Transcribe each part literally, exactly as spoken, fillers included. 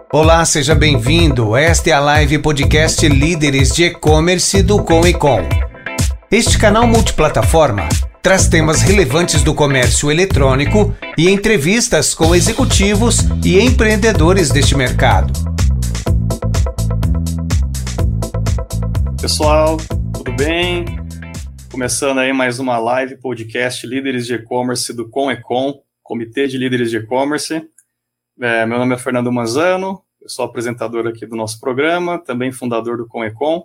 Olá, seja bem-vindo. Esta é a live podcast Líderes de E-Commerce do Com e Com. Este canal multiplataforma traz temas relevantes do comércio eletrônico e entrevistas com executivos e empreendedores deste mercado. Pessoal, tudo bem? Começando aí mais uma live podcast Líderes de E-Commerce do Com e Com, Comitê de Líderes de E-Commerce. É, meu nome é Fernando Manzano, eu sou apresentador aqui do nosso programa, também fundador do Com e Com.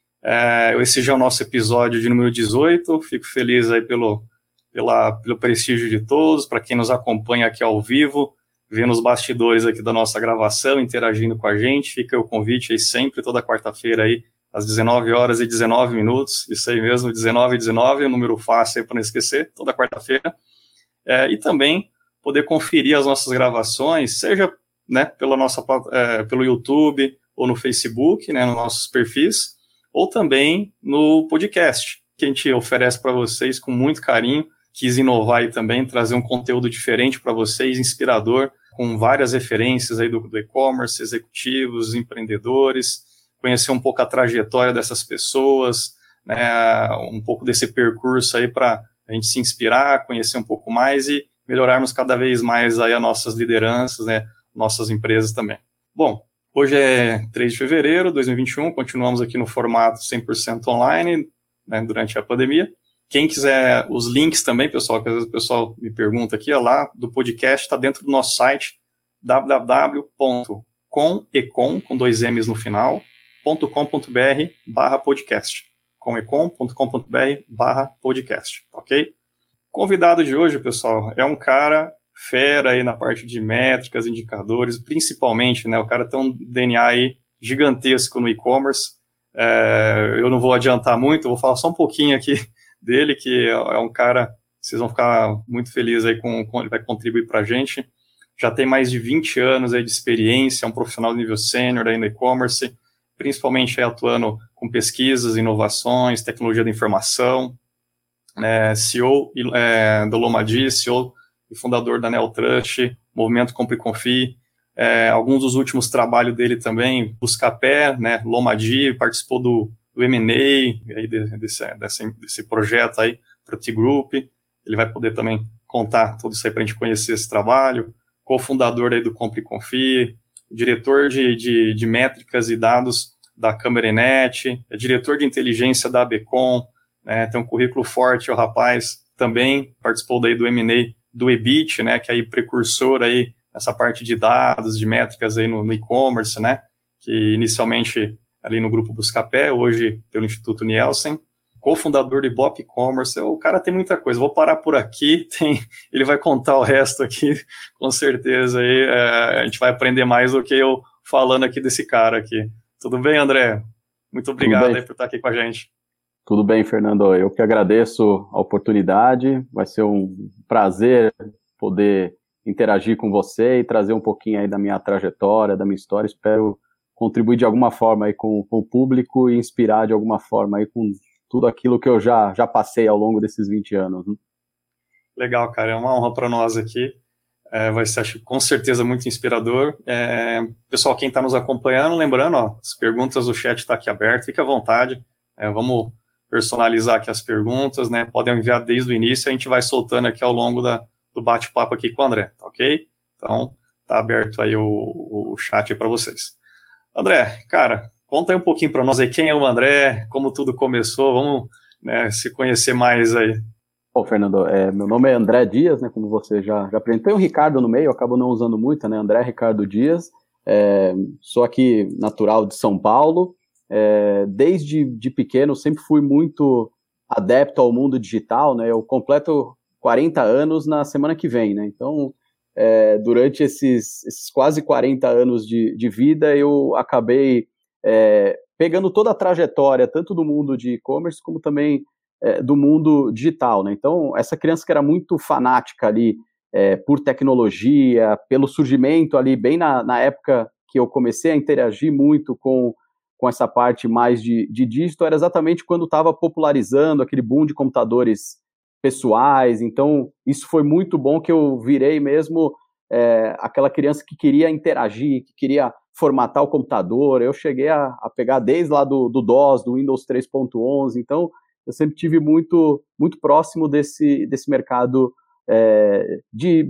É, esse já é o nosso episódio de número dezoito, fico feliz aí pelo, pela, pelo prestígio de todos, para quem nos acompanha aqui ao vivo, vendo os bastidores aqui da nossa gravação, interagindo com a gente, fica o convite aí sempre, toda quarta-feira aí, às dezenove horas e dezenove minutos, isso aí mesmo, dezenove e dezenove, um número fácil aí para não esquecer, toda quarta-feira, é, e também poder conferir as nossas gravações, seja, né, pela nossa, é, pelo YouTube ou no Facebook, né, nos nossos perfis, ou também no podcast, que a gente oferece para vocês com muito carinho. Quis inovar aí também, trazer um conteúdo diferente para vocês, inspirador, com várias referências aí do, do e-commerce, executivos, empreendedores, conhecer um pouco a trajetória dessas pessoas, né, um pouco desse percurso aí para a gente se inspirar, conhecer um pouco mais e melhorarmos cada vez mais aí as nossas lideranças, né, nossas empresas também. Bom, hoje é três de fevereiro de dois mil e vinte e um, continuamos aqui no formato cem por cento online, né, durante a pandemia. Quem quiser os links também, pessoal, que às vezes o pessoal me pergunta aqui, ó, lá do podcast, está dentro do nosso site, w w w ponto com e com, com dois M's no final, .com.br barra podcast. comecom ponto com ponto br barra podcast, ok? Convidado de hoje, pessoal, é um cara fera aí na parte de métricas, indicadores, principalmente, né, o cara tem um D N A aí gigantesco no e-commerce. É, eu não vou adiantar muito, vou falar só um pouquinho aqui dele, que é um cara, vocês vão ficar muito felizes aí com, com ele vai contribuir para a gente. Já tem mais de vinte anos aí de experiência, é um profissional de nível sênior aí no e-commerce, principalmente aí atuando com pesquisas, inovações, tecnologia da informação. É, C E O é, do Lomadi, C E O e fundador da Neotrust, Movimento Compre e Confie. É, alguns dos últimos trabalhos dele também, Buscapé, né, Lomadi, participou do, do M and A, aí desse, desse, desse projeto aí, para o T-Group. Ele vai poder também contar tudo isso aí para a gente conhecer esse trabalho. Co-fundador aí do Compre e Confie, diretor de, de, de métricas e dados da CameraNet, é diretor de inteligência da Abecom, né, tem um currículo forte, o rapaz também participou daí do M and A do Ebit, né, que é aí precursor aí nessa parte de dados, de métricas aí no, no e-commerce, né, que inicialmente ali no grupo Buscapé, hoje pelo Instituto Nielsen, cofundador do Ibope E-Commerce. O cara tem muita coisa, vou parar por aqui, tem, ele vai contar o resto aqui, com certeza, aí, é, a gente vai aprender mais do que eu falando aqui desse cara aqui. Tudo bem, André? Muito obrigado aí por estar aqui com a gente. Tudo bem, Fernando. Eu que agradeço a oportunidade. Vai ser um prazer poder interagir com você e trazer um pouquinho aí da minha trajetória, da minha história. Espero contribuir de alguma forma aí com, com o público e inspirar de alguma forma aí com tudo aquilo que eu já, já passei ao longo desses vinte anos. Né? Legal, cara. É uma honra para nós aqui. É, vai ser, acho, com certeza, muito inspirador. É, pessoal, quem está nos acompanhando, lembrando, ó, as perguntas, o chat está aqui aberto, fique à vontade. É, vamos personalizar aqui as perguntas, né? Podem enviar desde o início, a gente vai soltando aqui ao longo da, do bate-papo aqui com o André, tá ok? Então, tá aberto aí o, o chat para vocês. André, cara, conta aí um pouquinho para nós aí quem é o André, como tudo começou, vamos, né, se conhecer mais aí. Bom, Fernando, é, meu nome é André Dias, né, como você já, já apresentou, tem o Ricardo no meio, eu acabo não usando muito, né, André Ricardo Dias, é, sou aqui natural de São Paulo. É, desde de pequeno sempre fui muito adepto ao mundo digital, né? Eu completo quarenta anos na semana que vem, né? Então, é, durante esses, esses quase quarenta anos de, de vida, eu acabei é, pegando toda a trajetória, tanto do mundo de e-commerce, como também é, do mundo digital, né? Então, essa criança que era muito fanática ali é, por tecnologia, pelo surgimento ali, bem na, na época que eu comecei a interagir muito com com essa parte mais de, de dígito, era exatamente quando estava popularizando aquele boom de computadores pessoais. Então, isso foi muito bom, que eu virei mesmo é, aquela criança que queria interagir, que queria formatar o computador, eu cheguei a, a pegar desde lá do, do DOS, do Windows três ponto onze, então eu sempre tive muito, muito próximo desse, desse mercado é, de...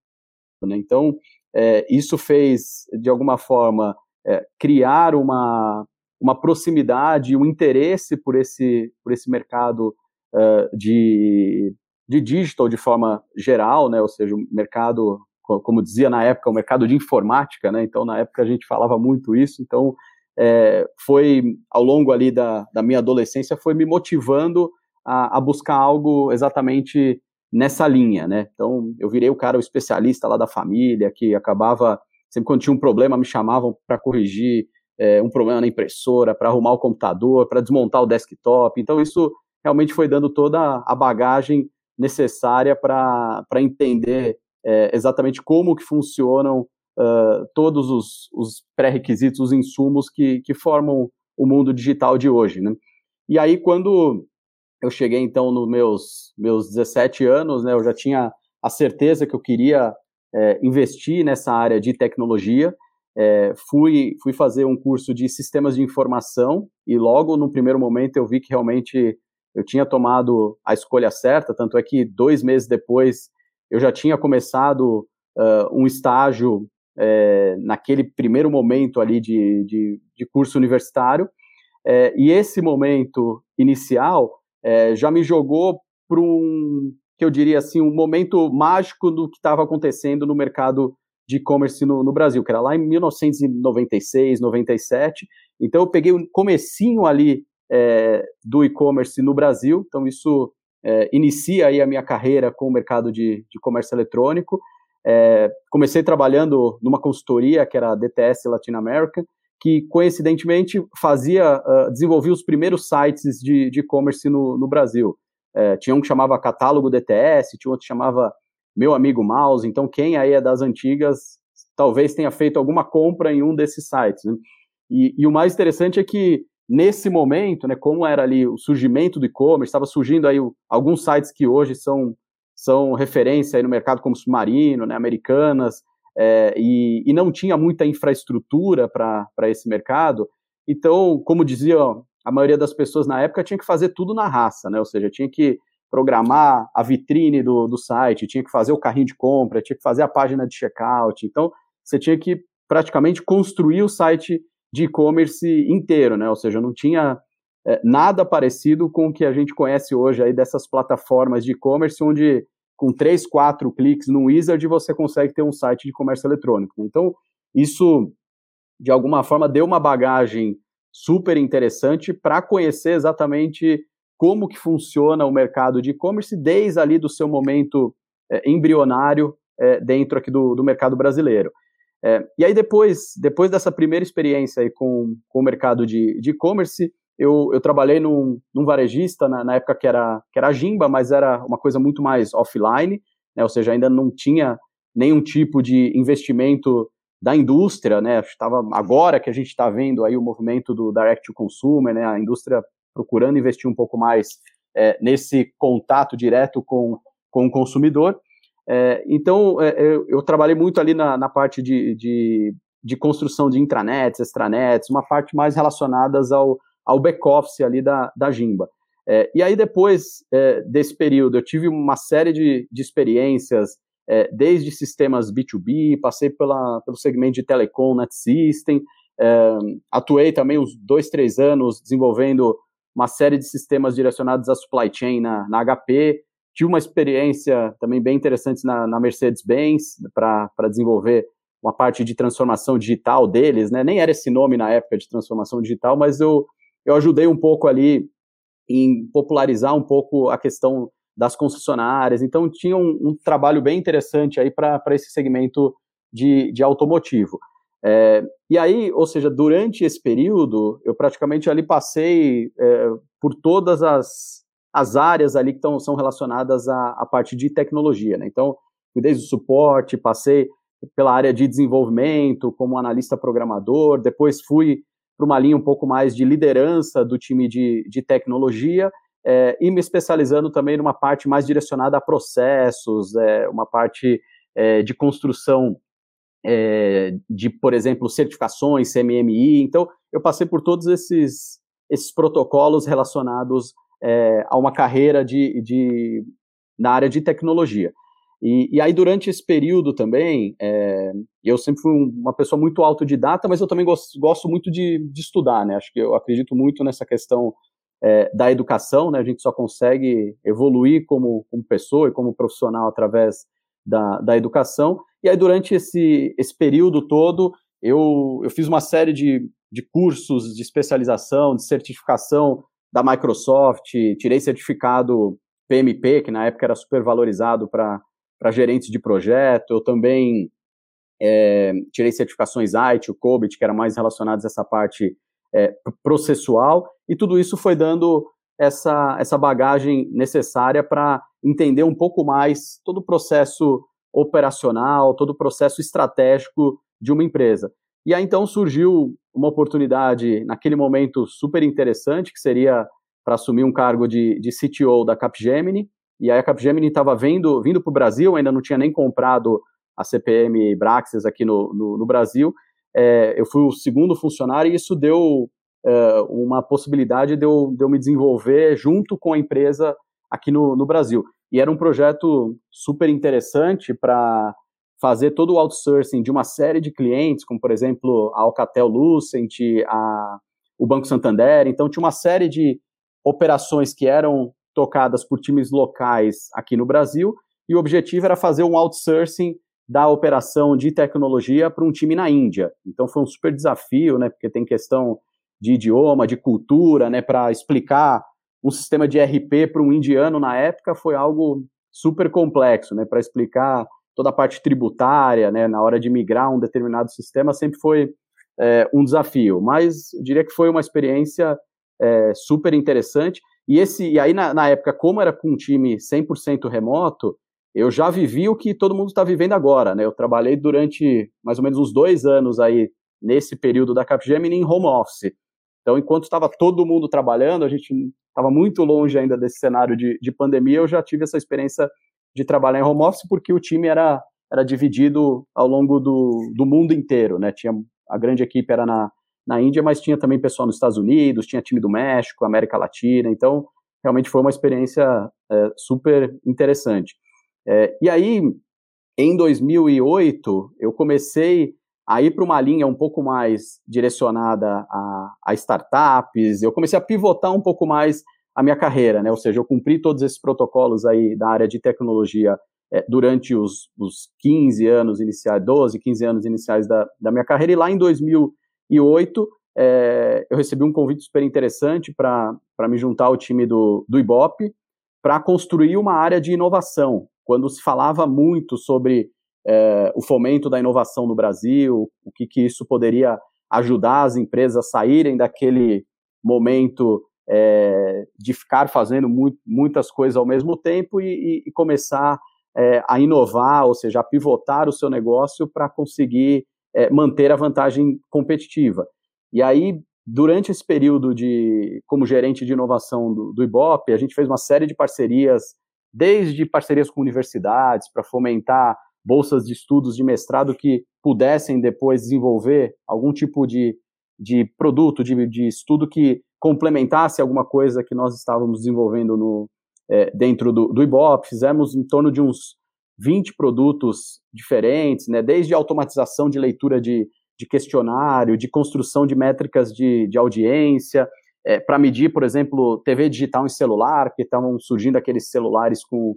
Né? Então, é, isso fez, de alguma forma, é, criar uma, uma proximidade, um interesse por esse, por esse mercado uh, de, de digital de forma geral, né? Ou seja, o mercado, como dizia na época, o mercado de informática, né? Então, na época a gente falava muito isso, então é, foi, ao longo ali da, da minha adolescência, foi me motivando a, a buscar algo exatamente nessa linha, né? Então, eu virei o cara, o especialista lá da família, que acabava, sempre quando tinha um problema, me chamavam para corrigir é, um problema na impressora, para arrumar o computador, para desmontar o desktop. Então, isso realmente foi dando toda a bagagem necessária para entender é, exatamente como que funcionam uh, todos os, os pré-requisitos, os insumos que, que formam o mundo digital de hoje, né? E aí, quando eu cheguei, então, nos meus, meus dezessete anos, né, eu já tinha a certeza que eu queria é, investir nessa área de tecnologia, é, fui, fui fazer um curso de sistemas de informação e logo no primeiro momento eu vi que realmente eu tinha tomado a escolha certa, tanto é que dois meses depois eu já tinha começado uh, um estágio é, naquele primeiro momento ali de, de, de curso universitário, é, e esse momento inicial É, já me jogou para um, que eu diria assim, um momento mágico do que estava acontecendo no mercado de e-commerce no, no Brasil, que era lá em mil novecentos e noventa e seis, noventa e sete, então eu peguei o comecinho ali é, do e-commerce no Brasil, então isso é, inicia aí a minha carreira com o mercado de, de comércio eletrônico. É, comecei trabalhando numa consultoria que era a D T S Latin America, que coincidentemente fazia, uh, desenvolvia os primeiros sites de e-commerce no, no Brasil. É, tinha um que chamava Catálogo D T S, tinha outro que chamava Meu Amigo Mouse, então quem aí é das antigas talvez tenha feito alguma compra em um desses sites, né? E, e o mais interessante é que nesse momento, né, como era ali o surgimento do e-commerce, estava surgindo aí o, alguns sites que hoje são, são referência aí no mercado como Submarino, né, Americanas, É, e, e não tinha muita infraestrutura para esse mercado, então, como dizia a maioria das pessoas na época, tinha que fazer tudo na raça, né? Ou seja, tinha que programar a vitrine do, do site, tinha que fazer o carrinho de compra, tinha que fazer a página de checkout, então você tinha que praticamente construir o site de e-commerce inteiro, né? Ou seja, não tinha é, nada parecido com o que a gente conhece hoje aí dessas plataformas de e-commerce, onde com três, quatro cliques no Wizard, você consegue ter um site de comércio eletrônico. Então, isso, de alguma forma, deu uma bagagem super interessante para conhecer exatamente como que funciona o mercado de e-commerce, desde ali do seu momento é, embrionário é, dentro aqui do, do mercado brasileiro. É, e aí, depois, depois dessa primeira experiência aí com, com o mercado de e-commerce, Eu, eu trabalhei num, num varejista, na, na época que era, que era a Jimba, mas era uma coisa muito mais offline, né, ou seja, ainda não tinha nenhum tipo de investimento da indústria, né, estava agora que a gente está vendo aí o movimento do direct to consumer, né, a indústria procurando investir um pouco mais é, nesse contato direto com, com o consumidor. É, então, é, eu, eu trabalhei muito ali na, na parte de, de, de construção de intranets, extranets, uma parte mais relacionadas ao ao back-office ali da, da Jimba. É, e aí, depois é, desse período, eu tive uma série de, de experiências, é, desde sistemas B dois B, passei pela, pelo segmento de telecom, net system, é, atuei também uns dois, três anos desenvolvendo uma série de sistemas direcionados à supply chain na, na H P, tive uma experiência também bem interessante na, na Mercedes-Benz, para desenvolver uma parte de transformação digital deles, né? Nem era esse nome na época de transformação digital, mas eu Eu ajudei um pouco ali em popularizar um pouco a questão das concessionárias, então tinha um, um trabalho bem interessante aí para esse segmento de, de automotivo. É, e aí, ou seja, durante esse período, eu praticamente ali passei é, por todas as, as áreas ali que tão, são relacionadas à, à parte de tecnologia, né? Então, desde o suporte, passei pela área de desenvolvimento, como analista programador, depois fui para uma linha um pouco mais de liderança do time de, de tecnologia, é, e me especializando também numa parte mais direcionada a processos, é, uma parte é, de construção é, de, por exemplo, certificações, C M M I. Então, eu passei por todos esses, esses protocolos relacionados é, a uma carreira de, de, na área de tecnologia. E, e aí, durante esse período também, é, eu sempre fui uma pessoa muito autodidata, mas eu também gosto, gosto muito de, de estudar, né? Acho que eu acredito muito nessa questão é, da educação, né? A gente só consegue evoluir como, como pessoa e como profissional através da, da educação. E aí, durante esse, esse período todo, eu, eu fiz uma série de, de cursos de especialização, de certificação da Microsoft, tirei certificado P M P, que na época era super valorizado para para gerentes de projeto. Eu também é, tirei certificações I T I, o COBIT, que eram mais relacionadas a essa parte é, processual, e tudo isso foi dando essa, essa bagagem necessária para entender um pouco mais todo o processo operacional, todo o processo estratégico de uma empresa. E aí, então, surgiu uma oportunidade, naquele momento, super interessante, que seria para assumir um cargo de, de C T O da Capgemini. E aí a Capgemini estava vindo, vindo para o Brasil, ainda não tinha nem comprado a C P M Braxis aqui no, no, no Brasil. É, eu fui o segundo funcionário e isso deu é, uma possibilidade de eu, de eu me desenvolver junto com a empresa aqui no, no Brasil. E era um projeto super interessante para fazer todo o outsourcing de uma série de clientes, como, por exemplo, a Alcatel-Lucent, a, o Banco Santander. Então, tinha uma série de operações que eram tocadas por times locais aqui no Brasil, e o objetivo era fazer um outsourcing da operação de tecnologia para um time na Índia. Então foi um super desafio, né, porque tem questão de idioma, de cultura, né, para explicar um sistema de R P para um indiano na época foi algo super complexo, né, para explicar toda a parte tributária, né, na hora de migrar um determinado sistema sempre foi é, um desafio, mas eu diria que foi uma experiência é, super interessante. E, esse, e aí, na, na época, como era com um time cem por cento remoto, eu já vivi o que todo mundo está vivendo agora, né? Eu trabalhei durante mais ou menos uns dois anos aí, nesse período da Capgemini, em home office. Então, enquanto estava todo mundo trabalhando, a gente estava muito longe ainda desse cenário de, de pandemia, eu já tive essa experiência de trabalhar em home office, porque o time era, era dividido ao longo do, do mundo inteiro, né? Tinha, a grande equipe era na na Índia, mas tinha também pessoal nos Estados Unidos, tinha time do México, América Latina, então realmente foi uma experiência é, super interessante. É, e aí, em dois mil e oito, eu comecei a ir para uma linha um pouco mais direcionada a, a startups, eu comecei a pivotar um pouco mais a minha carreira, né? Ou seja, eu cumpri todos esses protocolos aí da área de tecnologia é, durante os, os quinze anos iniciais, doze, quinze anos iniciais da, da minha carreira, e lá em dois mil e oito, é, eu recebi um convite super interessante para me juntar ao time do, do Ibope para construir uma área de inovação. Quando se falava muito sobre é, o fomento da inovação no Brasil, o que, que isso poderia ajudar as empresas a saírem daquele momento é, de ficar fazendo muito, muitas coisas ao mesmo tempo e, e começar é, a inovar, ou seja, a pivotar o seu negócio para conseguir É, manter a vantagem competitiva. E aí, durante esse período de, como gerente de inovação do, do Ibope, a gente fez uma série de parcerias, desde parcerias com universidades, para fomentar bolsas de estudos de mestrado que pudessem depois desenvolver algum tipo de, de produto, de, de estudo que complementasse alguma coisa que nós estávamos desenvolvendo no, é, dentro do, do Ibope. Fizemos em torno de uns vinte produtos diferentes, né, desde automatização de leitura de, de questionário, de construção de métricas de, de audiência, é, para medir, por exemplo, T V digital em celular, que estavam surgindo aqueles celulares com,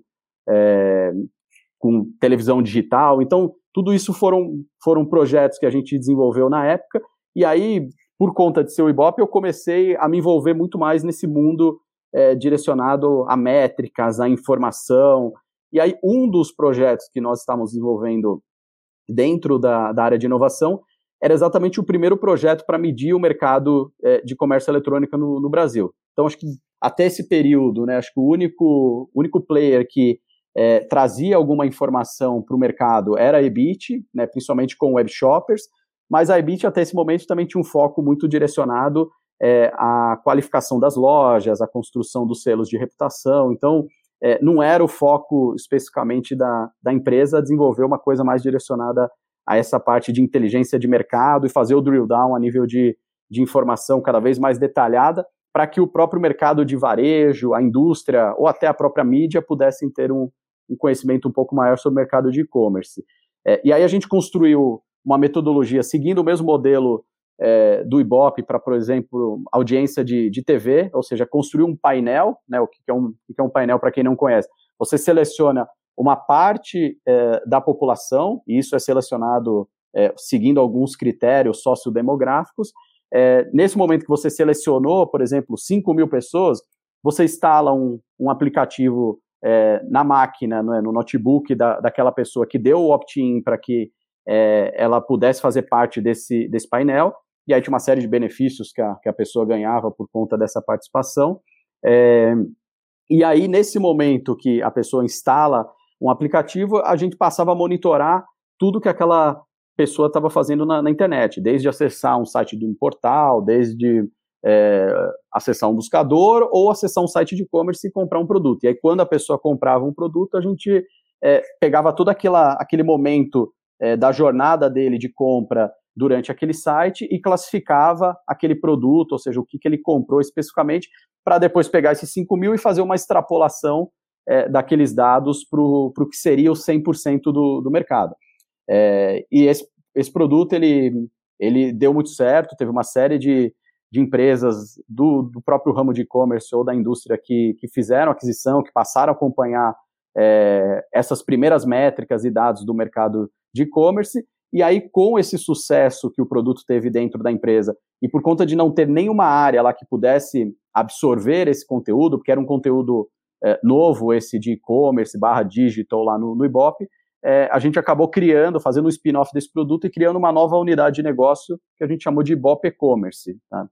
é, com televisão digital. Então, tudo isso foram, foram projetos que a gente desenvolveu na época, e aí, por conta de ser o Ibope, eu comecei a me envolver muito mais nesse mundo é, direcionado a métricas, a informação. E aí, um dos projetos que nós estávamos desenvolvendo dentro da, da área de inovação era exatamente o primeiro projeto para medir o mercado é, de comércio eletrônico no, no Brasil. Então, acho que até esse período, né, acho que o único, único player que é, trazia alguma informação para o mercado era a Ebit, né, principalmente com web shoppers, mas a Ebit até esse momento também tinha um foco muito direcionado é, à qualificação das lojas, à construção dos selos de reputação. Então, É, não era o foco especificamente da, da empresa desenvolver uma coisa mais direcionada a essa parte de inteligência de mercado e fazer o drill down a nível de, de informação cada vez mais detalhada, para que o próprio mercado de varejo, a indústria ou até a própria mídia pudessem ter um, um conhecimento um pouco maior sobre o mercado de e-commerce. É, e aí a gente construiu uma metodologia seguindo o mesmo modelo é, do Ibope para, por exemplo, audiência de, de T V, ou seja, construir um painel, né, o que é um, o que é um painel para quem não conhece. Você seleciona uma parte é, da população, e isso é selecionado é, seguindo alguns critérios sociodemográficos. É, nesse momento que você selecionou, por exemplo, cinco mil pessoas, você instala um, um aplicativo é, na máquina, no, no notebook da, daquela pessoa que deu o opt-in para que é, ela pudesse fazer parte desse, desse painel, e aí tinha uma série de benefícios que a, que a pessoa ganhava por conta dessa participação. É, e aí, nesse momento que a pessoa instala um aplicativo, a gente passava a monitorar tudo que aquela pessoa estava fazendo na, na internet, desde acessar um site de um portal, desde é, acessar um buscador ou acessar um site de e-commerce e comprar um produto. E aí, quando a pessoa comprava um produto, a gente é, pegava todo aquela, aquele momento é, da jornada dele de compra durante aquele site e classificava aquele produto, ou seja, o que, que ele comprou especificamente, para depois pegar esses cinco mil e fazer uma extrapolação é, daqueles dados para o que seria o cem por cento do, do mercado. É, e esse, esse produto, ele, ele deu muito certo, teve uma série de, de empresas do, do próprio ramo de e-commerce ou da indústria que, que fizeram aquisição, que passaram a acompanhar é, essas primeiras métricas e dados do mercado de e-commerce, e aí com esse sucesso que o produto teve dentro da empresa, e por conta de não ter nenhuma área lá que pudesse absorver esse conteúdo, porque era um conteúdo é, novo, esse de e-commerce barra digital lá no, no Ibope, É, a gente acabou criando, fazendo um spin-off desse produto e criando uma nova unidade de negócio que a gente chamou de Ibope E-Commerce. Tá?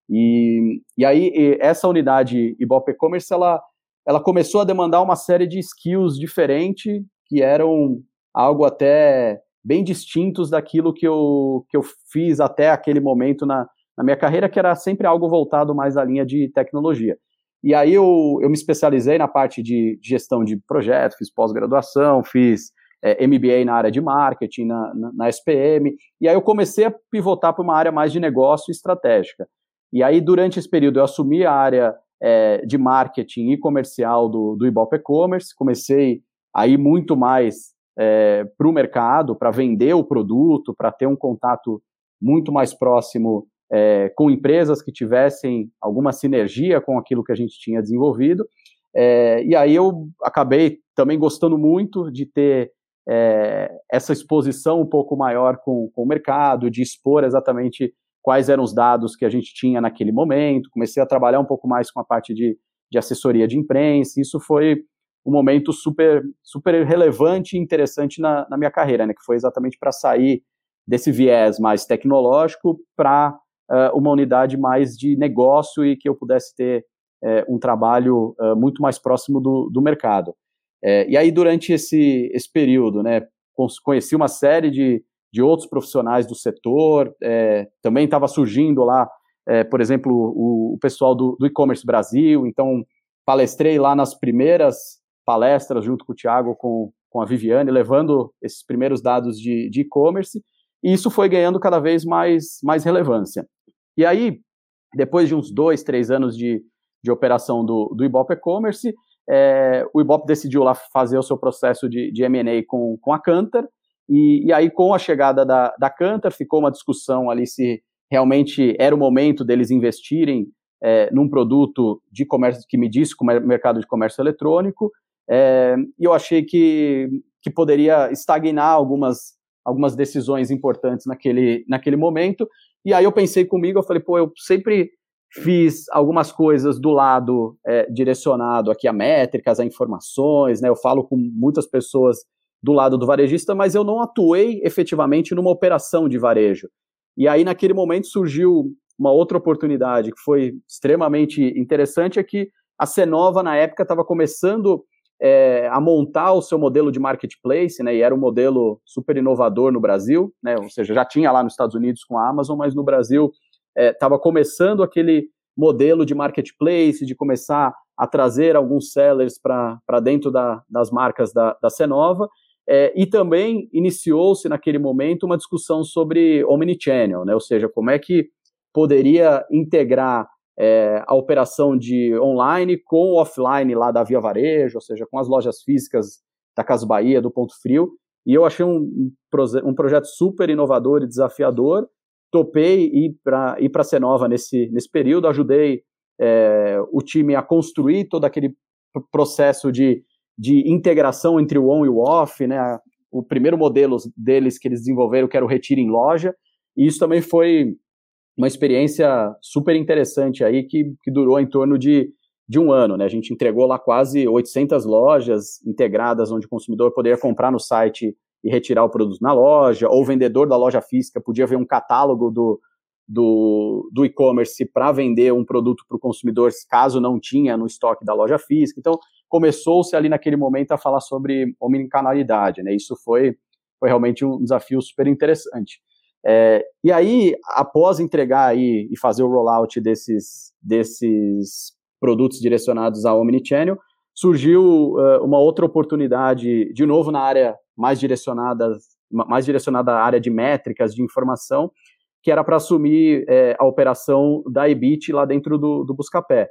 E, e aí, e essa unidade Ibope E-Commerce, ela, ela começou a demandar uma série de skills diferentes, que eram algo até bem distintos daquilo que eu, que eu fiz até aquele momento na, na minha carreira, que era sempre algo voltado mais à linha de tecnologia. E aí eu, eu me especializei na parte de gestão de projetos, fiz pós-graduação, fiz É, M B A na área de marketing, na, na, na S P M, e aí eu comecei a pivotar para uma área mais de negócio estratégica. E aí, durante esse período, eu assumi a área é, de marketing e comercial do, do Ibope E-Commerce, comecei a ir muito mais é, para o mercado, para vender o produto, para ter um contato muito mais próximo é, com empresas que tivessem alguma sinergia com aquilo que a gente tinha desenvolvido. É, e aí eu acabei também gostando muito de ter É, essa exposição um pouco maior com, com o mercado, de expor exatamente quais eram os dados que a gente tinha naquele momento, comecei a trabalhar um pouco mais com a parte de, de assessoria de imprensa, isso foi um momento super, super relevante e interessante na, na minha carreira, né, que foi exatamente para sair desse viés mais tecnológico para uh, uma unidade mais de negócio e que eu pudesse ter uh, um trabalho uh, muito mais próximo do, do mercado. É, e aí, durante esse, esse período, né, conheci uma série de, de outros profissionais do setor, é, também estava surgindo lá, é, por exemplo, o, o pessoal do, do E-Commerce Brasil, então palestrei lá nas primeiras palestras junto com o Thiago, com, com a Viviane, levando esses primeiros dados de, de e-commerce, e isso foi ganhando cada vez mais, mais relevância. E aí, depois de uns dois, três anos de, de operação do, do Ibope E-Commerce, É, o Ibope decidiu lá fazer o seu processo de, de M and A com, com a Kantar, e, e aí com a chegada da, da Kantar ficou uma discussão ali se realmente era o momento deles investirem é, num produto de comércio que me disse como mercado de comércio eletrônico, é, e eu achei que, que poderia estagnar algumas, algumas decisões importantes naquele, naquele momento, e aí eu pensei comigo, eu falei, pô, eu sempre fiz algumas coisas do lado é, direcionado aqui a métricas, a informações, né? Eu falo com muitas pessoas do lado do varejista, mas eu não atuei efetivamente numa operação de varejo. E aí, naquele momento, surgiu uma outra oportunidade que foi extremamente interessante, é que a Cenova, na época, estava começando é, a montar o seu modelo de marketplace, né? E era um modelo super inovador no Brasil, né? Ou seja, já tinha lá nos Estados Unidos com a Amazon, mas no Brasil estava é, começando aquele modelo de marketplace, de começar a trazer alguns sellers para dentro da, das marcas da, da Cenova, É, e também iniciou-se naquele momento uma discussão sobre omnichannel, né? Ou seja, como é que poderia integrar é, a operação de online com o offline lá da Via Varejo, ou seja, com as lojas físicas da Casas Bahia, do Ponto Frio, e eu achei um, um, proje- um projeto super inovador e desafiador, topei ir para ir para a Cenova nesse, nesse período, ajudei é, o time a construir todo aquele processo de de integração entre o on e o off, né? O primeiro modelo deles que eles desenvolveram, que era o retiro em loja, e isso também foi uma experiência super interessante aí, que, que durou em torno de, de um ano, né? A gente entregou lá quase oitocentas lojas integradas, onde o consumidor poderia comprar no site e retirar o produto na loja, ou o vendedor da loja física podia ver um catálogo do, do, do e-commerce para vender um produto para o consumidor, caso não tinha no estoque da loja física. Então, começou-se ali naquele momento a falar sobre omnicanalidade, né? Isso foi, foi realmente um desafio super interessante. É, e aí, após entregar aí e fazer o rollout desses, desses produtos direcionados a omnichannel, surgiu uh, uma outra oportunidade, de novo na área mais direcionada, mais direcionada à área de métricas, de informação, que era para assumir é, a operação da Ebit lá dentro do, do Buscapé.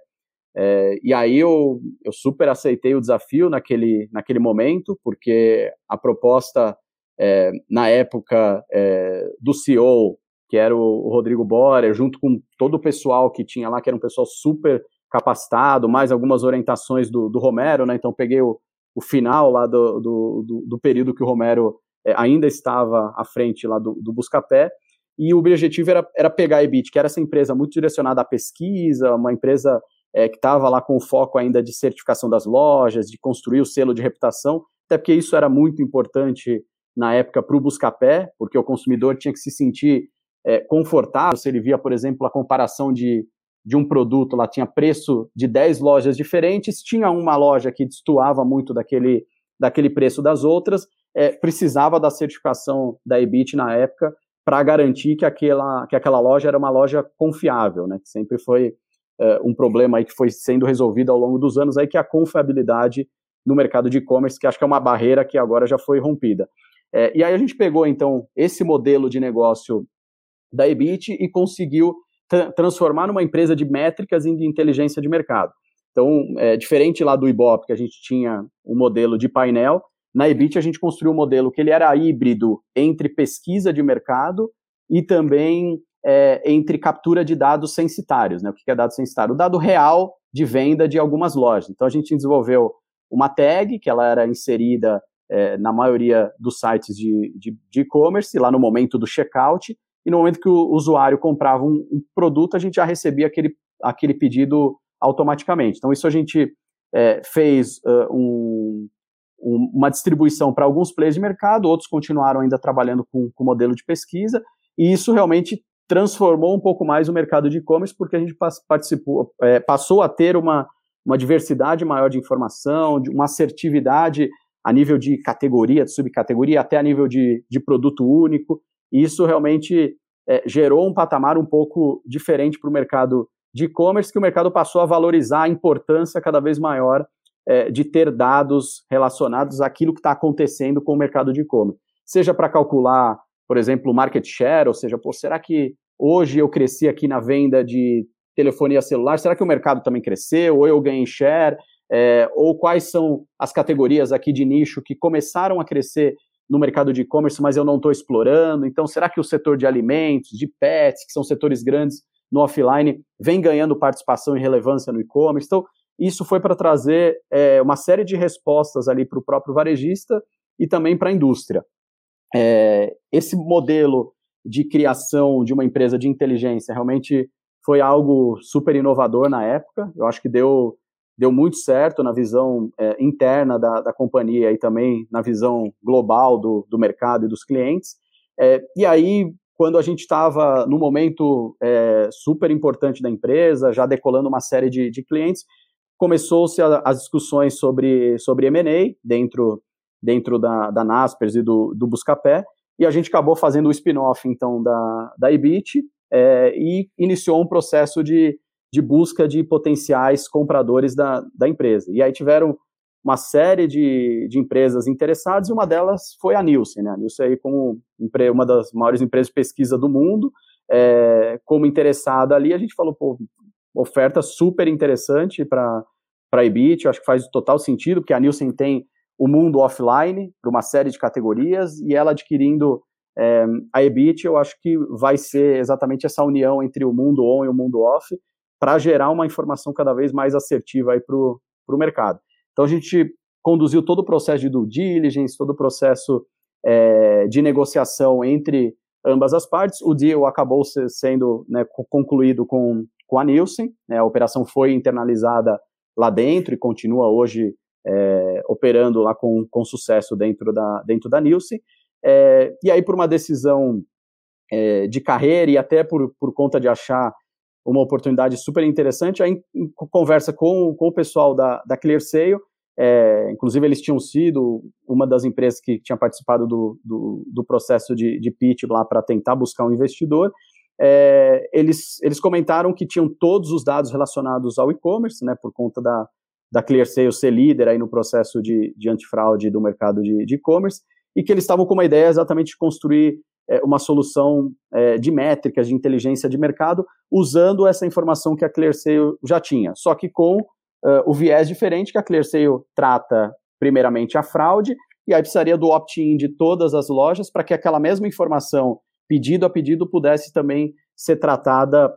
É, e aí eu, eu super aceitei o desafio naquele, naquele momento, porque a proposta, é, na época é, do C E O, que era o, o Rodrigo Borer, junto com todo o pessoal que tinha lá, que era um pessoal super capacitado, mais algumas orientações do, do Romero, né? Então peguei o, o final lá do, do, do, do período que o Romero é, ainda estava à frente lá do, do Buscapé, e o objetivo era, era pegar a Ebit, que era essa empresa muito direcionada à pesquisa, uma empresa É, que estava lá com o foco ainda de certificação das lojas, de construir o selo de reputação, até porque isso era muito importante na época para o Buscapé, porque o consumidor tinha que se sentir é, confortável. Se ele via, por exemplo, a comparação de, de um produto, lá tinha preço de dez lojas diferentes, tinha uma loja que destoava muito daquele, daquele preço das outras, é, precisava da certificação da Ebit na época para garantir que aquela, que aquela loja era uma loja confiável, né, que sempre foi Uh, um problema aí que foi sendo resolvido ao longo dos anos, aí, que é a confiabilidade no mercado de e-commerce, que acho que é uma barreira que agora já foi rompida. É, e aí a gente pegou, então, esse modelo de negócio da Ebit e conseguiu tra- transformar numa empresa de métricas e de inteligência de mercado. Então, é, diferente lá do Ibope, que a gente tinha um modelo de painel, na Ebit a gente construiu um modelo que ele era híbrido entre pesquisa de mercado e também É, entre captura de dados censitários, né? O que é dado censitário? O dado real de venda de algumas lojas. Então, a gente desenvolveu uma tag, que ela era inserida é, na maioria dos sites de, de, de e-commerce, lá no momento do checkout, e no momento que o usuário comprava um, um produto, a gente já recebia aquele, aquele pedido automaticamente. Então, isso a gente é, fez uh, um, um, uma distribuição para alguns players de mercado, outros continuaram ainda trabalhando com o modelo de pesquisa, e isso realmente transformou um pouco mais o mercado de e-commerce, porque a gente participou, é, passou a ter uma, uma diversidade maior de informação, de uma assertividade a nível de categoria, de subcategoria, até a nível de, de produto único, e isso realmente é, gerou um patamar um pouco diferente para o mercado de e-commerce, que o mercado passou a valorizar a importância cada vez maior é, de ter dados relacionados àquilo que está acontecendo com o mercado de e-commerce, seja para calcular, por exemplo, o market share, ou seja, pô, será que hoje eu cresci aqui na venda de telefonia celular, será que o mercado também cresceu, ou eu ganhei share, é, ou quais são as categorias aqui de nicho que começaram a crescer no mercado de e-commerce, mas eu não estou explorando? Então, será que o setor de alimentos, de pets, que são setores grandes no offline, vem ganhando participação e relevância no e-commerce? Então, isso foi para trazer é, uma série de respostas ali para o próprio varejista e também para a indústria. É, esse modelo de criação de uma empresa de inteligência realmente foi algo super inovador na época. Eu acho que deu, deu muito certo na visão é, interna da, da companhia e também na visão global do, do mercado e dos clientes. É, e aí, quando a gente estava no momento é, super importante da empresa, já decolando uma série de, de clientes, começou-se a, as discussões sobre, sobre M and A dentro dentro da, da Naspers e do, do Buscapé, e a gente acabou fazendo o spin-off, então, da, da Ebit, é, e iniciou um processo de, de busca de potenciais compradores da, da empresa. E aí tiveram uma série de, de empresas interessadas, e uma delas foi a Nielsen, né? A Nielsen aí como uma das maiores empresas de pesquisa do mundo, é, como interessada ali, a gente falou, pô, oferta super interessante para a Ebit, eu acho que faz total sentido, porque a Nielsen tem o mundo offline para uma série de categorias, e ela adquirindo é, a Ebit, eu acho que vai ser exatamente essa união entre o mundo on e o mundo off, para gerar uma informação cada vez mais assertiva para o mercado. Então a gente conduziu todo o processo de due diligence, todo o processo é, de negociação entre ambas as partes. O deal acabou sendo, né, concluído com, com a Nielsen, né, a operação foi internalizada lá dentro e continua hoje é, operando lá com, com sucesso dentro da, dentro da Nielsen. É, e aí, por uma decisão é, de carreira e até por, por conta de achar uma oportunidade super interessante, aí em conversa com, com o pessoal da, da ClearSale, é, inclusive eles tinham sido uma das empresas que tinha participado do, do, do processo de, de pitch lá para tentar buscar um investidor, é, eles, eles comentaram que tinham todos os dados relacionados ao e-commerce, né, por conta da, da ClearSale ser líder aí no processo de, de antifraude do mercado de e-commerce, e que eles estavam com uma ideia exatamente de construir é, uma solução é, de métricas, de inteligência de mercado, usando essa informação que a ClearSale já tinha, só que com uh, o viés diferente, que a ClearSale trata primeiramente a fraude, e aí precisaria do opt-in de todas as lojas para que aquela mesma informação, pedido a pedido, pudesse também ser tratada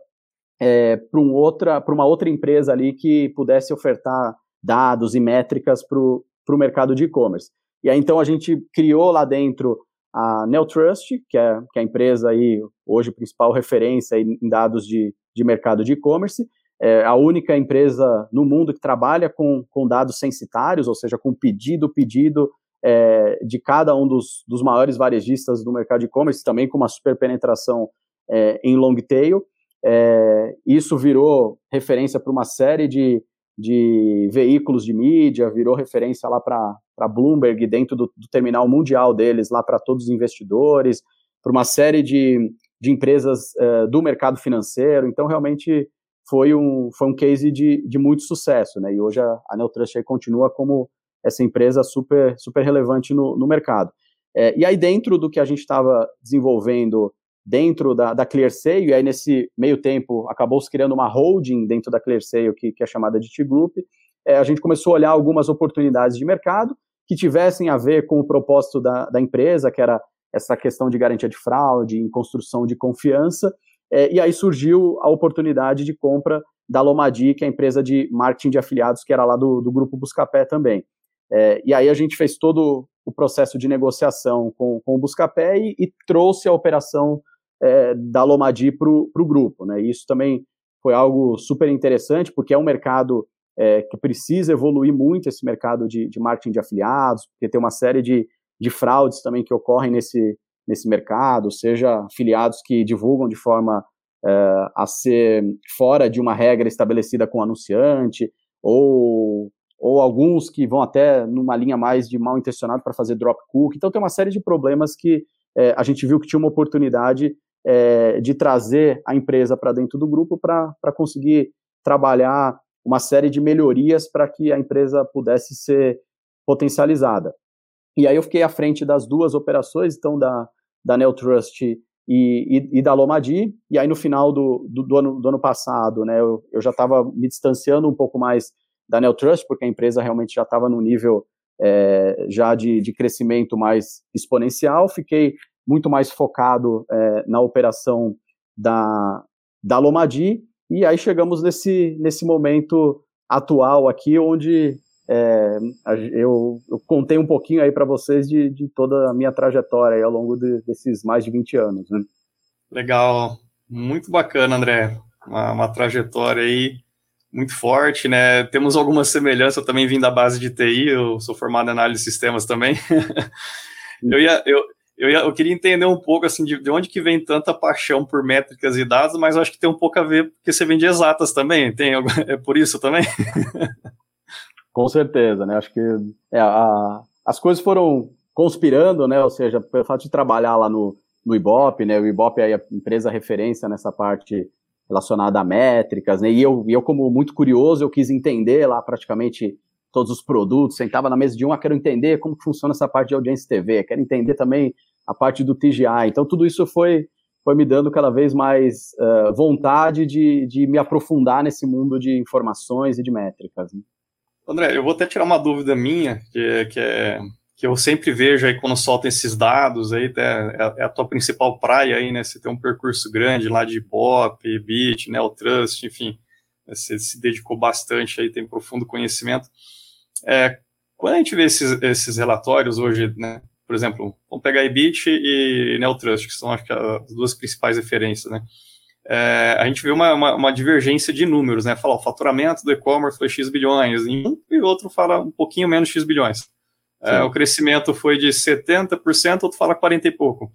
é, para um outra, para uma outra empresa ali que pudesse ofertar dados e métricas para o mercado de e-commerce. E aí, então, a gente criou lá dentro a Neotrust, que é, que é a empresa aí, hoje, principal referência em dados de, de mercado de e-commerce, é a única empresa no mundo que trabalha com, com dados censitários, ou seja, com pedido, pedido é, de cada um dos, dos maiores varejistas do mercado de e-commerce, também com uma super penetração é, em long tail. É, isso virou referência para uma série de de veículos de mídia, virou referência lá para a Bloomberg, dentro do, do terminal mundial deles, lá para todos os investidores, para uma série de, de empresas uh, do mercado financeiro. Então, realmente, foi um, foi um case de, de muito sucesso, né? E hoje a, a Neotrust aí continua como essa empresa super, super relevante no, no mercado. É, e aí, dentro do que a gente estava desenvolvendo dentro da, da ClearSale, e aí nesse meio tempo acabou se criando uma holding dentro da ClearSale, que, que é chamada de T-Group, é, a gente começou a olhar algumas oportunidades de mercado que tivessem a ver com o propósito da, da empresa, que era essa questão de garantia de fraude, em construção de confiança, é, e aí surgiu a oportunidade de compra da Lomadi, que é a empresa de marketing de afiliados, que era lá do, do Grupo Buscapé também. É, e aí a gente fez todo o processo de negociação com, com o Buscapé e, e trouxe a operação É, da Lomadi para o grupo, né? E isso também foi algo super interessante, porque é um mercado é, que precisa evoluir muito, esse mercado de, de marketing de afiliados, porque tem uma série de, de fraudes também que ocorrem nesse, nesse mercado, seja afiliados que divulgam de forma é, a ser fora de uma regra estabelecida com o anunciante, ou, ou alguns que vão até numa linha mais de mal intencionado para fazer drop cookie. Então tem uma série de problemas que é, a gente viu que tinha uma oportunidade É, de trazer a empresa para dentro do grupo para conseguir trabalhar uma série de melhorias para que a empresa pudesse ser potencializada. E aí eu fiquei à frente das duas operações, então da, da Neotrust e, e, e da Lomadi, e aí no final do, do, do, ano, do ano passado, né, eu, eu já estava me distanciando um pouco mais da Neotrust, porque a empresa realmente já estava no nível é, já de, de crescimento mais exponencial, fiquei muito mais focado é, na operação da, da Lomadi, e aí chegamos nesse, nesse momento atual aqui, onde é, eu, eu contei um pouquinho aí para vocês de, de toda a minha trajetória aí ao longo de, desses mais de vinte anos. Né? Legal, muito bacana, André, uma, uma trajetória aí muito forte, né? Temos alguma semelhança, eu também vim da base de T I, eu sou formado em análise de sistemas também. eu ia... Eu, Eu, eu queria entender um pouco assim, de, de onde que vem tanta paixão por métricas e dados, mas eu acho que tem um pouco a ver porque você vem de exatas também, tem, é por isso também? Com certeza, né? Acho que é, a, as coisas foram conspirando, né? Ou seja, pelo fato de trabalhar lá no, no Ibope, né? O Ibope é a empresa referência nessa parte relacionada a métricas, né? E eu, e eu, como muito curioso, eu quis entender lá praticamente todos os produtos, sentava na mesa de um, ah, quero entender como que funciona essa parte de audiência T V, quero entender também a parte do T G I. Então, tudo isso foi, foi me dando cada vez mais uh, vontade de, de me aprofundar nesse mundo de informações e de métricas. Né? André, eu vou até tirar uma dúvida minha, que é, que, é, que eu sempre vejo aí quando soltam esses dados, aí, é, é a tua principal praia aí, né? Você tem um percurso grande lá de Ibope, Ibit, Neotrust, enfim, você se dedicou bastante aí, tem profundo conhecimento. É, quando a gente vê esses, esses relatórios hoje, né? Por exemplo, vamos pegar Ibit e Neotrust, que são acho que as duas principais referências, né? É, a gente vê uma, uma, uma divergência de números, né? Fala, o faturamento do e-commerce foi X bilhões, e um e outro fala um pouquinho menos X bilhões. É, o crescimento foi de setenta por cento, outro fala quarenta e pouco.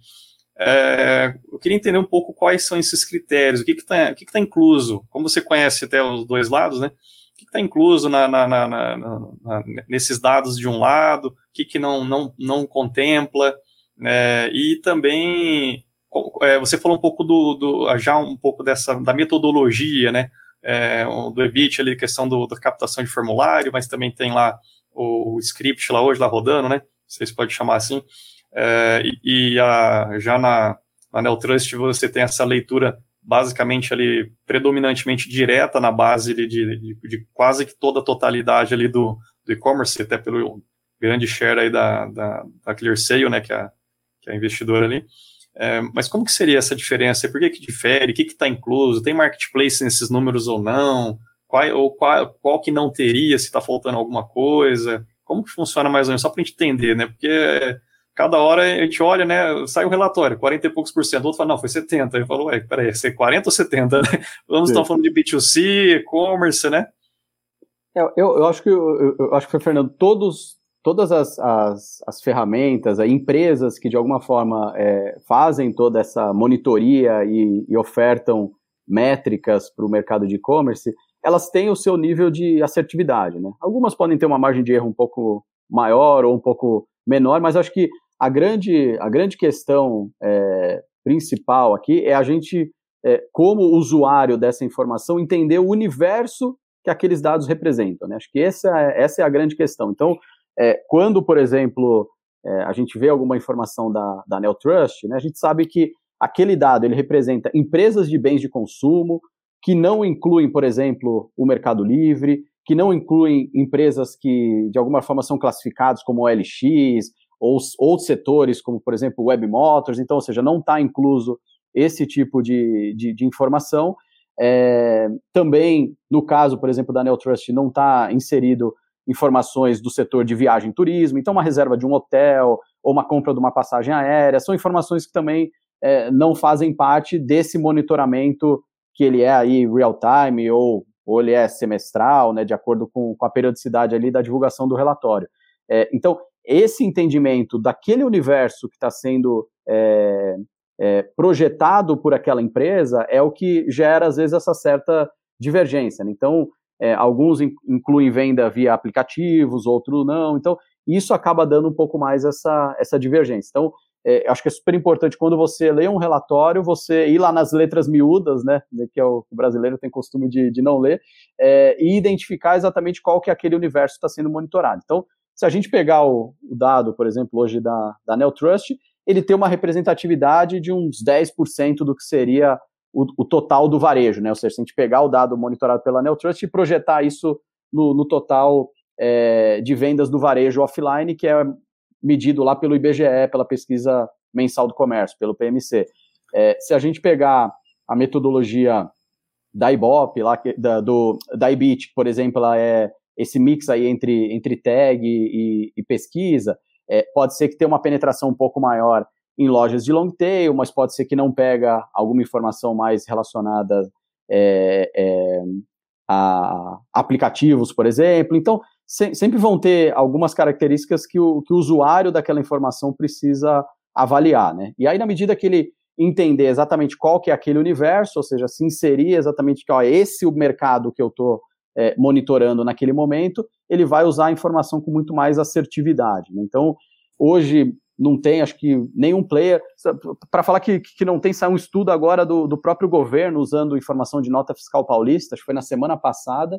É, eu queria entender um pouco quais são esses critérios, o que está que que tá incluso, como você conhece até os dois lados, né? O que está incluso na, na, na, na, na, nesses dados de um lado, o que, que não, não, não contempla, é, e também... Você falou um pouco do, do já um pouco dessa da metodologia, né? É, do Ibit ali, questão do, da captação de formulário, mas também tem lá o, o script lá hoje lá rodando, né? Vocês podem chamar assim. É, e e a, já na, na Neotrust você tem essa leitura basicamente ali predominantemente direta na base de, de, de, de quase que toda a totalidade ali do, do e-commerce, até pelo grande share aí da, da, da ClearSale, né? Que é, que é a investidora ali. É, mas como que seria essa diferença? Por que que difere? O que está incluso? Tem marketplace nesses números ou não? Qual, ou qual, qual que não teria, se está faltando alguma coisa? Como que funciona mais ou menos? Só para a gente entender, né? Porque cada hora a gente olha, né? Sai um relatório, quarenta e poucos por cento. O outro fala, não, foi setenta. Eu falo, ué, peraí, é quarenta ou setenta? Né? Vamos estar falando de B dois C, e-commerce, né? É, eu, eu, acho que, eu, eu acho que foi, Fernando, todos... Todas as, as, as ferramentas, as empresas que de alguma forma é, fazem toda essa monitoria e, e ofertam métricas para o mercado de e-commerce, elas têm o seu nível de assertividade, né? Algumas podem ter uma margem de erro um pouco maior ou um pouco menor, mas acho que a grande, a grande questão é, principal aqui é a gente, é, como usuário dessa informação, entender o universo que aqueles dados representam, né? Acho que essa é, essa é a grande questão. Então, É, quando, por exemplo, é, a gente vê alguma informação da, da Neotrust, né, a gente sabe que aquele dado ele representa empresas de bens de consumo que não incluem, por exemplo, o Mercado Livre, que não incluem empresas que, de alguma forma, são classificadas como O L X, ou outros setores, como, por exemplo, Web Motors. Então, ou seja, não está incluso esse tipo de, de, de informação. É, também, no caso, por exemplo, da Neotrust, não está inserido informações do setor de viagem e turismo, então uma reserva de um hotel ou uma compra de uma passagem aérea, são informações que também é, não fazem parte desse monitoramento que ele é aí real time ou, ou ele é semestral, né, de acordo com, com a periodicidade ali da divulgação do relatório. É, então, esse entendimento daquele universo que está sendo é, é, projetado por aquela empresa é o que gera, às vezes, essa certa divergência, né? Então, É, alguns incluem venda via aplicativos, outros não. Então, isso acaba dando um pouco mais essa, essa divergência. Então, é, acho que é super importante quando você lê um relatório, você ir lá nas letras miúdas, né, que é o, o brasileiro tem costume de, de não ler, é, e identificar exatamente qual que é aquele universo que está sendo monitorado. Então, se a gente pegar o, o dado, por exemplo, hoje da, da Neotrust, ele tem uma representatividade de uns dez por cento do que seria O, o total do varejo, né? Ou seja, se a gente pegar o dado monitorado pela Neotrust e projetar isso no, no total é, de vendas do varejo offline, que é medido lá pelo I B G E, pela pesquisa mensal do comércio, pelo P M C. É, se a gente pegar a metodologia da Ibope, lá, da, do, da Ibit, por exemplo, ela é esse mix aí entre, entre tag e, e pesquisa, é, pode ser que tenha uma penetração um pouco maior em lojas de long tail, mas pode ser que não pega alguma informação mais relacionada é, é, a aplicativos, por exemplo. Então, se, sempre vão ter algumas características que o, que o usuário daquela informação precisa avaliar, né? E aí, na medida que ele entender exatamente qual que é aquele universo, ou seja, se inserir exatamente que ó, esse é o mercado que eu estou é, monitorando naquele momento, ele vai usar a informação com muito mais assertividade, né? Então, hoje não tem, acho que, nenhum player, para falar que, que não tem, saiu um estudo agora do, do próprio governo usando informação de nota fiscal paulista, acho que foi na semana passada,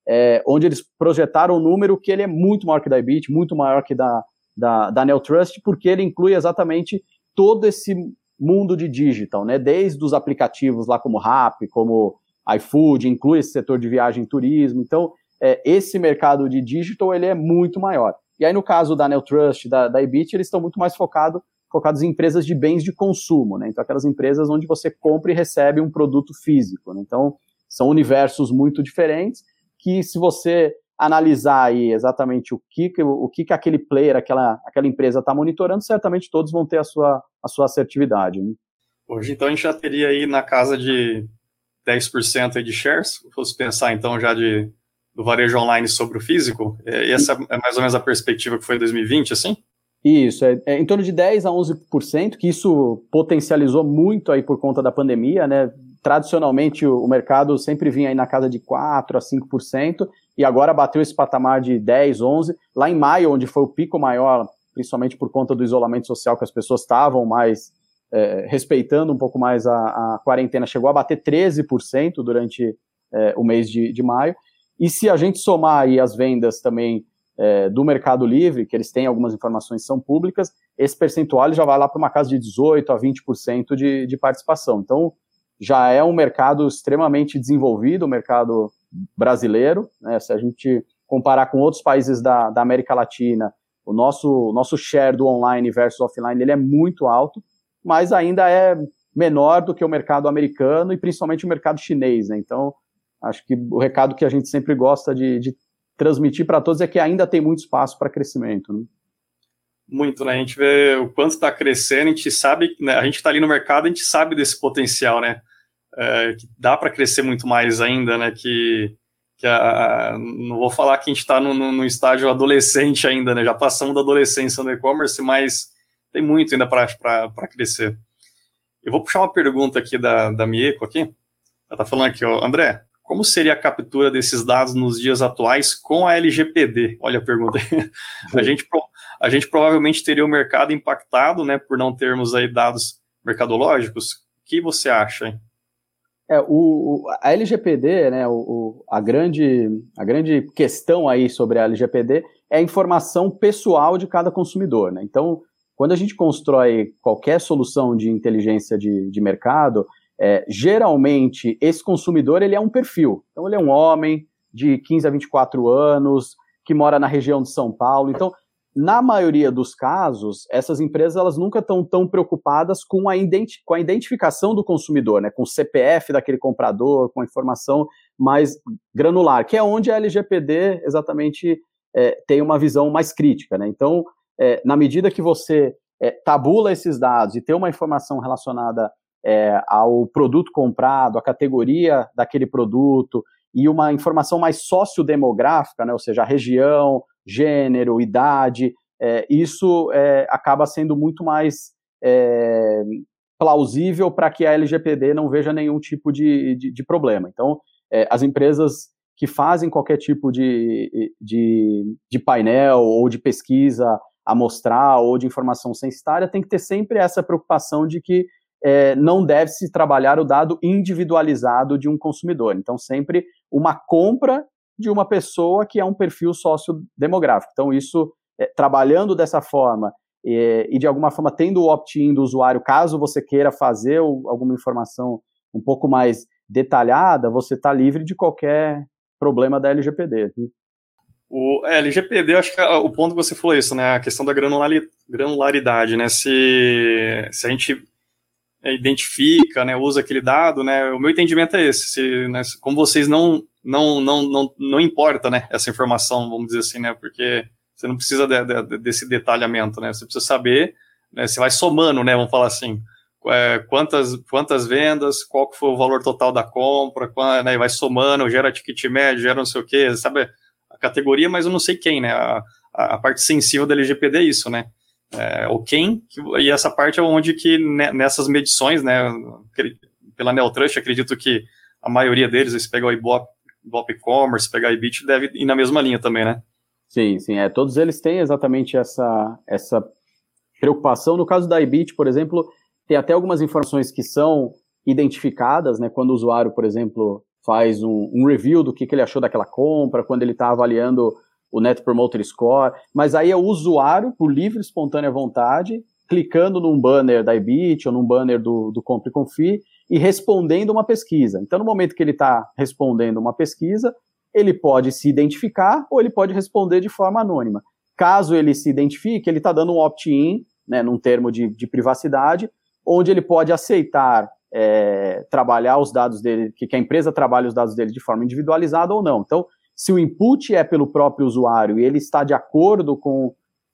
é, onde eles projetaram um número que ele é muito maior que da Ibit, muito maior que da, da, da Neotrust, porque ele inclui exatamente todo esse mundo de digital, né? Desde os aplicativos lá como Rappi, como iFood, inclui esse setor de viagem e turismo. Então, é, esse mercado de digital ele é muito maior. E aí, no caso da Neotrust, da, da Ibit, eles estão muito mais focado, focados em empresas de bens de consumo, né? Então, aquelas empresas onde você compra e recebe um produto físico, né? Então, são universos muito diferentes que, se você analisar aí exatamente o que, o que, que aquele player, aquela, aquela empresa está monitorando, certamente todos vão ter a sua, a sua assertividade, né? Hoje, então, a gente já teria aí na casa de dez por cento aí de shares, se fosse pensar, então, já de, do varejo online sobre o físico. E essa é mais ou menos a perspectiva que foi em dois mil e vinte, assim? Isso, é, é em torno de dez a onze por cento, que isso potencializou muito aí por conta da pandemia, né? Tradicionalmente, o, o mercado sempre vinha aí na casa de quatro a cinco por cento, e agora bateu esse patamar de dez, onze. Lá em maio, onde foi o pico maior, principalmente por conta do isolamento social, que as pessoas estavam mais é, respeitando um pouco mais a, a quarentena, chegou a bater treze por cento durante é, o mês de, de maio. E se a gente somar aí as vendas também é, do Mercado Livre, que eles têm algumas informações que são públicas, esse percentual já vai lá para uma casa de dezoito a vinte por cento de, de participação. Então, já é um mercado extremamente desenvolvido, o mercado brasileiro, né? Se a gente comparar com outros países da, da América Latina, o nosso, o nosso share do online versus offline ele é muito alto, mas ainda é menor do que o mercado americano e principalmente o mercado chinês, né? Então, acho que o recado que a gente sempre gosta de, de transmitir para todos é que ainda tem muito espaço para crescimento, né? Muito, né? A gente vê o quanto está crescendo, a gente sabe, né? A gente está ali no mercado, a gente sabe desse potencial, né? É, que dá para crescer muito mais ainda, né? Que, que a, a, não vou falar que a gente está no, no, no estágio adolescente ainda, né? Já passamos da adolescência no e-commerce, mas tem muito ainda para crescer. Eu vou puxar uma pergunta aqui da, da Mieco aqui. Ela está falando aqui, ó, André, como seria a captura desses dados nos dias atuais com a L G P D? Olha a pergunta aí. A gente, a gente provavelmente teria o mercado impactado, né, por não termos aí dados mercadológicos. O que você acha, hein? É, o, a L G P D, né, o, a, grande, a grande questão aí sobre a L G P D é a informação pessoal de cada consumidor, né? Então, quando a gente constrói qualquer solução de inteligência de, de mercado, é, geralmente esse consumidor ele é um perfil. Então, ele é um homem de quinze a vinte e quatro anos, que mora na região de São Paulo. Então, na maioria dos casos, essas empresas elas nunca estão tão preocupadas com a, identi- com a identificação do consumidor, né, com o C P F daquele comprador, com a informação mais granular, que é onde a L G P D exatamente é, tem uma visão mais crítica, né? Então, é, na medida que você é, tabula esses dados e tem uma informação relacionada é, ao produto comprado, à categoria daquele produto, e uma informação mais sociodemográfica, né, ou seja, a região, gênero, idade, é, isso é, acaba sendo muito mais é, plausível para que a L G P D não veja nenhum tipo de, de, de problema. Então, é, as empresas que fazem qualquer tipo de, de, de painel ou de pesquisa amostral ou de informação censitária têm que ter sempre essa preocupação de que é, não deve-se trabalhar o dado individualizado de um consumidor. Então, sempre uma compra de uma pessoa que é um perfil sociodemográfico. Então, isso, é, trabalhando dessa forma é, e, de alguma forma, tendo o opt-in do usuário, caso você queira fazer o, alguma informação um pouco mais detalhada, você está livre de qualquer problema da L G P D. Viu? O é, L G P D, eu acho que o ponto que você falou é isso, né? A questão da granularidade, né? Se, se a gente identifica, né, usa aquele dado, né? O meu entendimento é esse. Se, né, como vocês não Não, não, não, não importa, né, essa informação, vamos dizer assim, né, porque você não precisa de, de, desse detalhamento, né, você precisa saber, né, você vai somando, né, vamos falar assim, é, quantas, quantas vendas, qual que foi o valor total da compra, qual, né, vai somando, gera ticket médio, gera não sei o quê, sabe, a categoria, mas eu não sei quem, né, a, a parte sensível da L G P D é isso, né, é, o quem, e essa parte é onde que, né, nessas medições, né, pela Neotrust, acredito que a maioria deles, se pegar o Ibope, Ibope e-commerce, pegar a Ibit, deve ir na mesma linha também, né? Sim, sim, é, todos eles têm exatamente essa, essa preocupação. No caso da Ibit, por exemplo, tem até algumas informações que são identificadas, né, quando o usuário, por exemplo, faz um, um review do que, que ele achou daquela compra, quando ele está avaliando o Net Promoter Score, mas aí é o usuário, por livre, espontânea vontade, clicando num banner da Ibit ou num banner do, do Compre e Confie e respondendo uma pesquisa. Então, no momento que ele está respondendo uma pesquisa, ele pode se identificar ou ele pode responder de forma anônima. Caso ele se identifique, ele está dando um opt-in, né, num termo de, de privacidade, onde ele pode aceitar é, trabalhar os dados dele, que, que a empresa trabalhe os dados dele de forma individualizada ou não. Então, se o input é pelo próprio usuário e ele está de acordo com,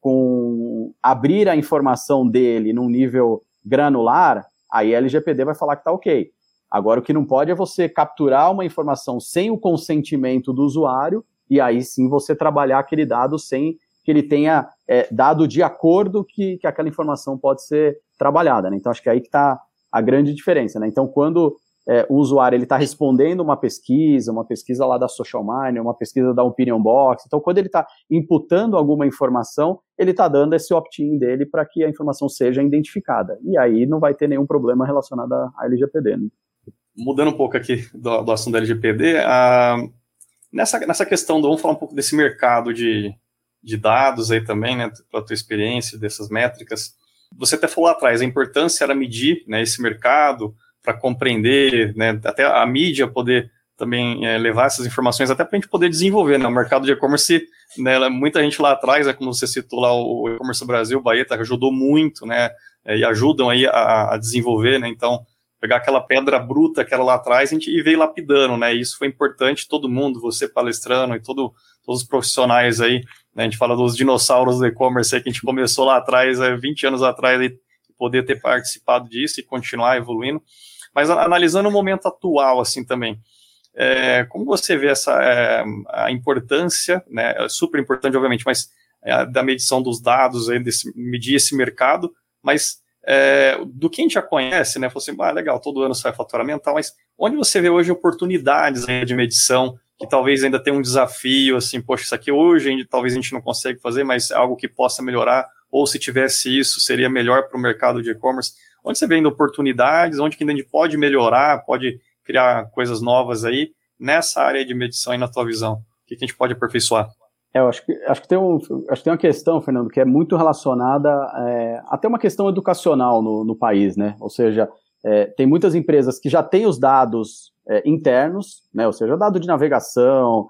com abrir a informação dele num nível granular, aí a L G P D vai falar que está ok. Agora, o que não pode é você capturar uma informação sem o consentimento do usuário e aí sim você trabalhar aquele dado sem que ele tenha é, dado de acordo que, que aquela informação pode ser trabalhada, né? Então, acho que é aí que está a grande diferença, né? Então, quando é, o usuário está respondendo uma pesquisa, uma pesquisa lá da Social Miner, uma pesquisa da Opinion Box, então, quando ele está imputando alguma informação, ele está dando esse opt-in dele para que a informação seja identificada. E aí não vai ter nenhum problema relacionado à L G P D, né? Mudando um pouco aqui do, do assunto da L G P D, a, nessa, nessa questão, do, vamos falar um pouco desse mercado de, de dados aí também, né, pela tua experiência, dessas métricas. Você até falou lá atrás, a importância era medir, né, esse mercado para compreender, né, até a mídia poder também é, levar essas informações, até para a gente poder desenvolver, né, o mercado de e-commerce, né, muita gente lá atrás, é, como você citou lá, o e-commerce Brasil, o Baeta, ajudou muito, né, é, e ajudam aí a, a desenvolver, né, então, pegar aquela pedra bruta que era lá atrás a gente, e veio lapidando, né, e isso foi importante, todo mundo, você palestrando e todo, todos os profissionais aí, né, a gente fala dos dinossauros do e-commerce aí, que a gente começou lá atrás, é, vinte anos atrás, e poder ter participado disso e continuar evoluindo, mas analisando o momento atual, assim, também, é, como você vê essa, é, a importância, né, é super importante, obviamente, mas é, da medição dos dados, aí, desse, medir esse mercado, mas É, do que a gente já conhece, né, falou assim, ah, legal, todo ano sai faturamento, mas onde você vê hoje oportunidades aí de medição, que talvez ainda tenha um desafio, assim, poxa, isso aqui hoje ainda, talvez a gente não consiga fazer, mas é algo que possa melhorar, ou se tivesse isso, seria melhor para o mercado de e-commerce, onde você vê ainda oportunidades, onde que ainda a gente pode melhorar, pode criar coisas novas aí, nessa área de medição aí na tua visão, o que, que a gente pode aperfeiçoar? É, eu acho que, acho, que tem um, acho que tem uma questão, Fernando, que é muito relacionada é, até uma questão educacional no, no país, né? Ou seja, é, tem muitas empresas que já têm os dados é, internos, né? Ou seja, dado de navegação,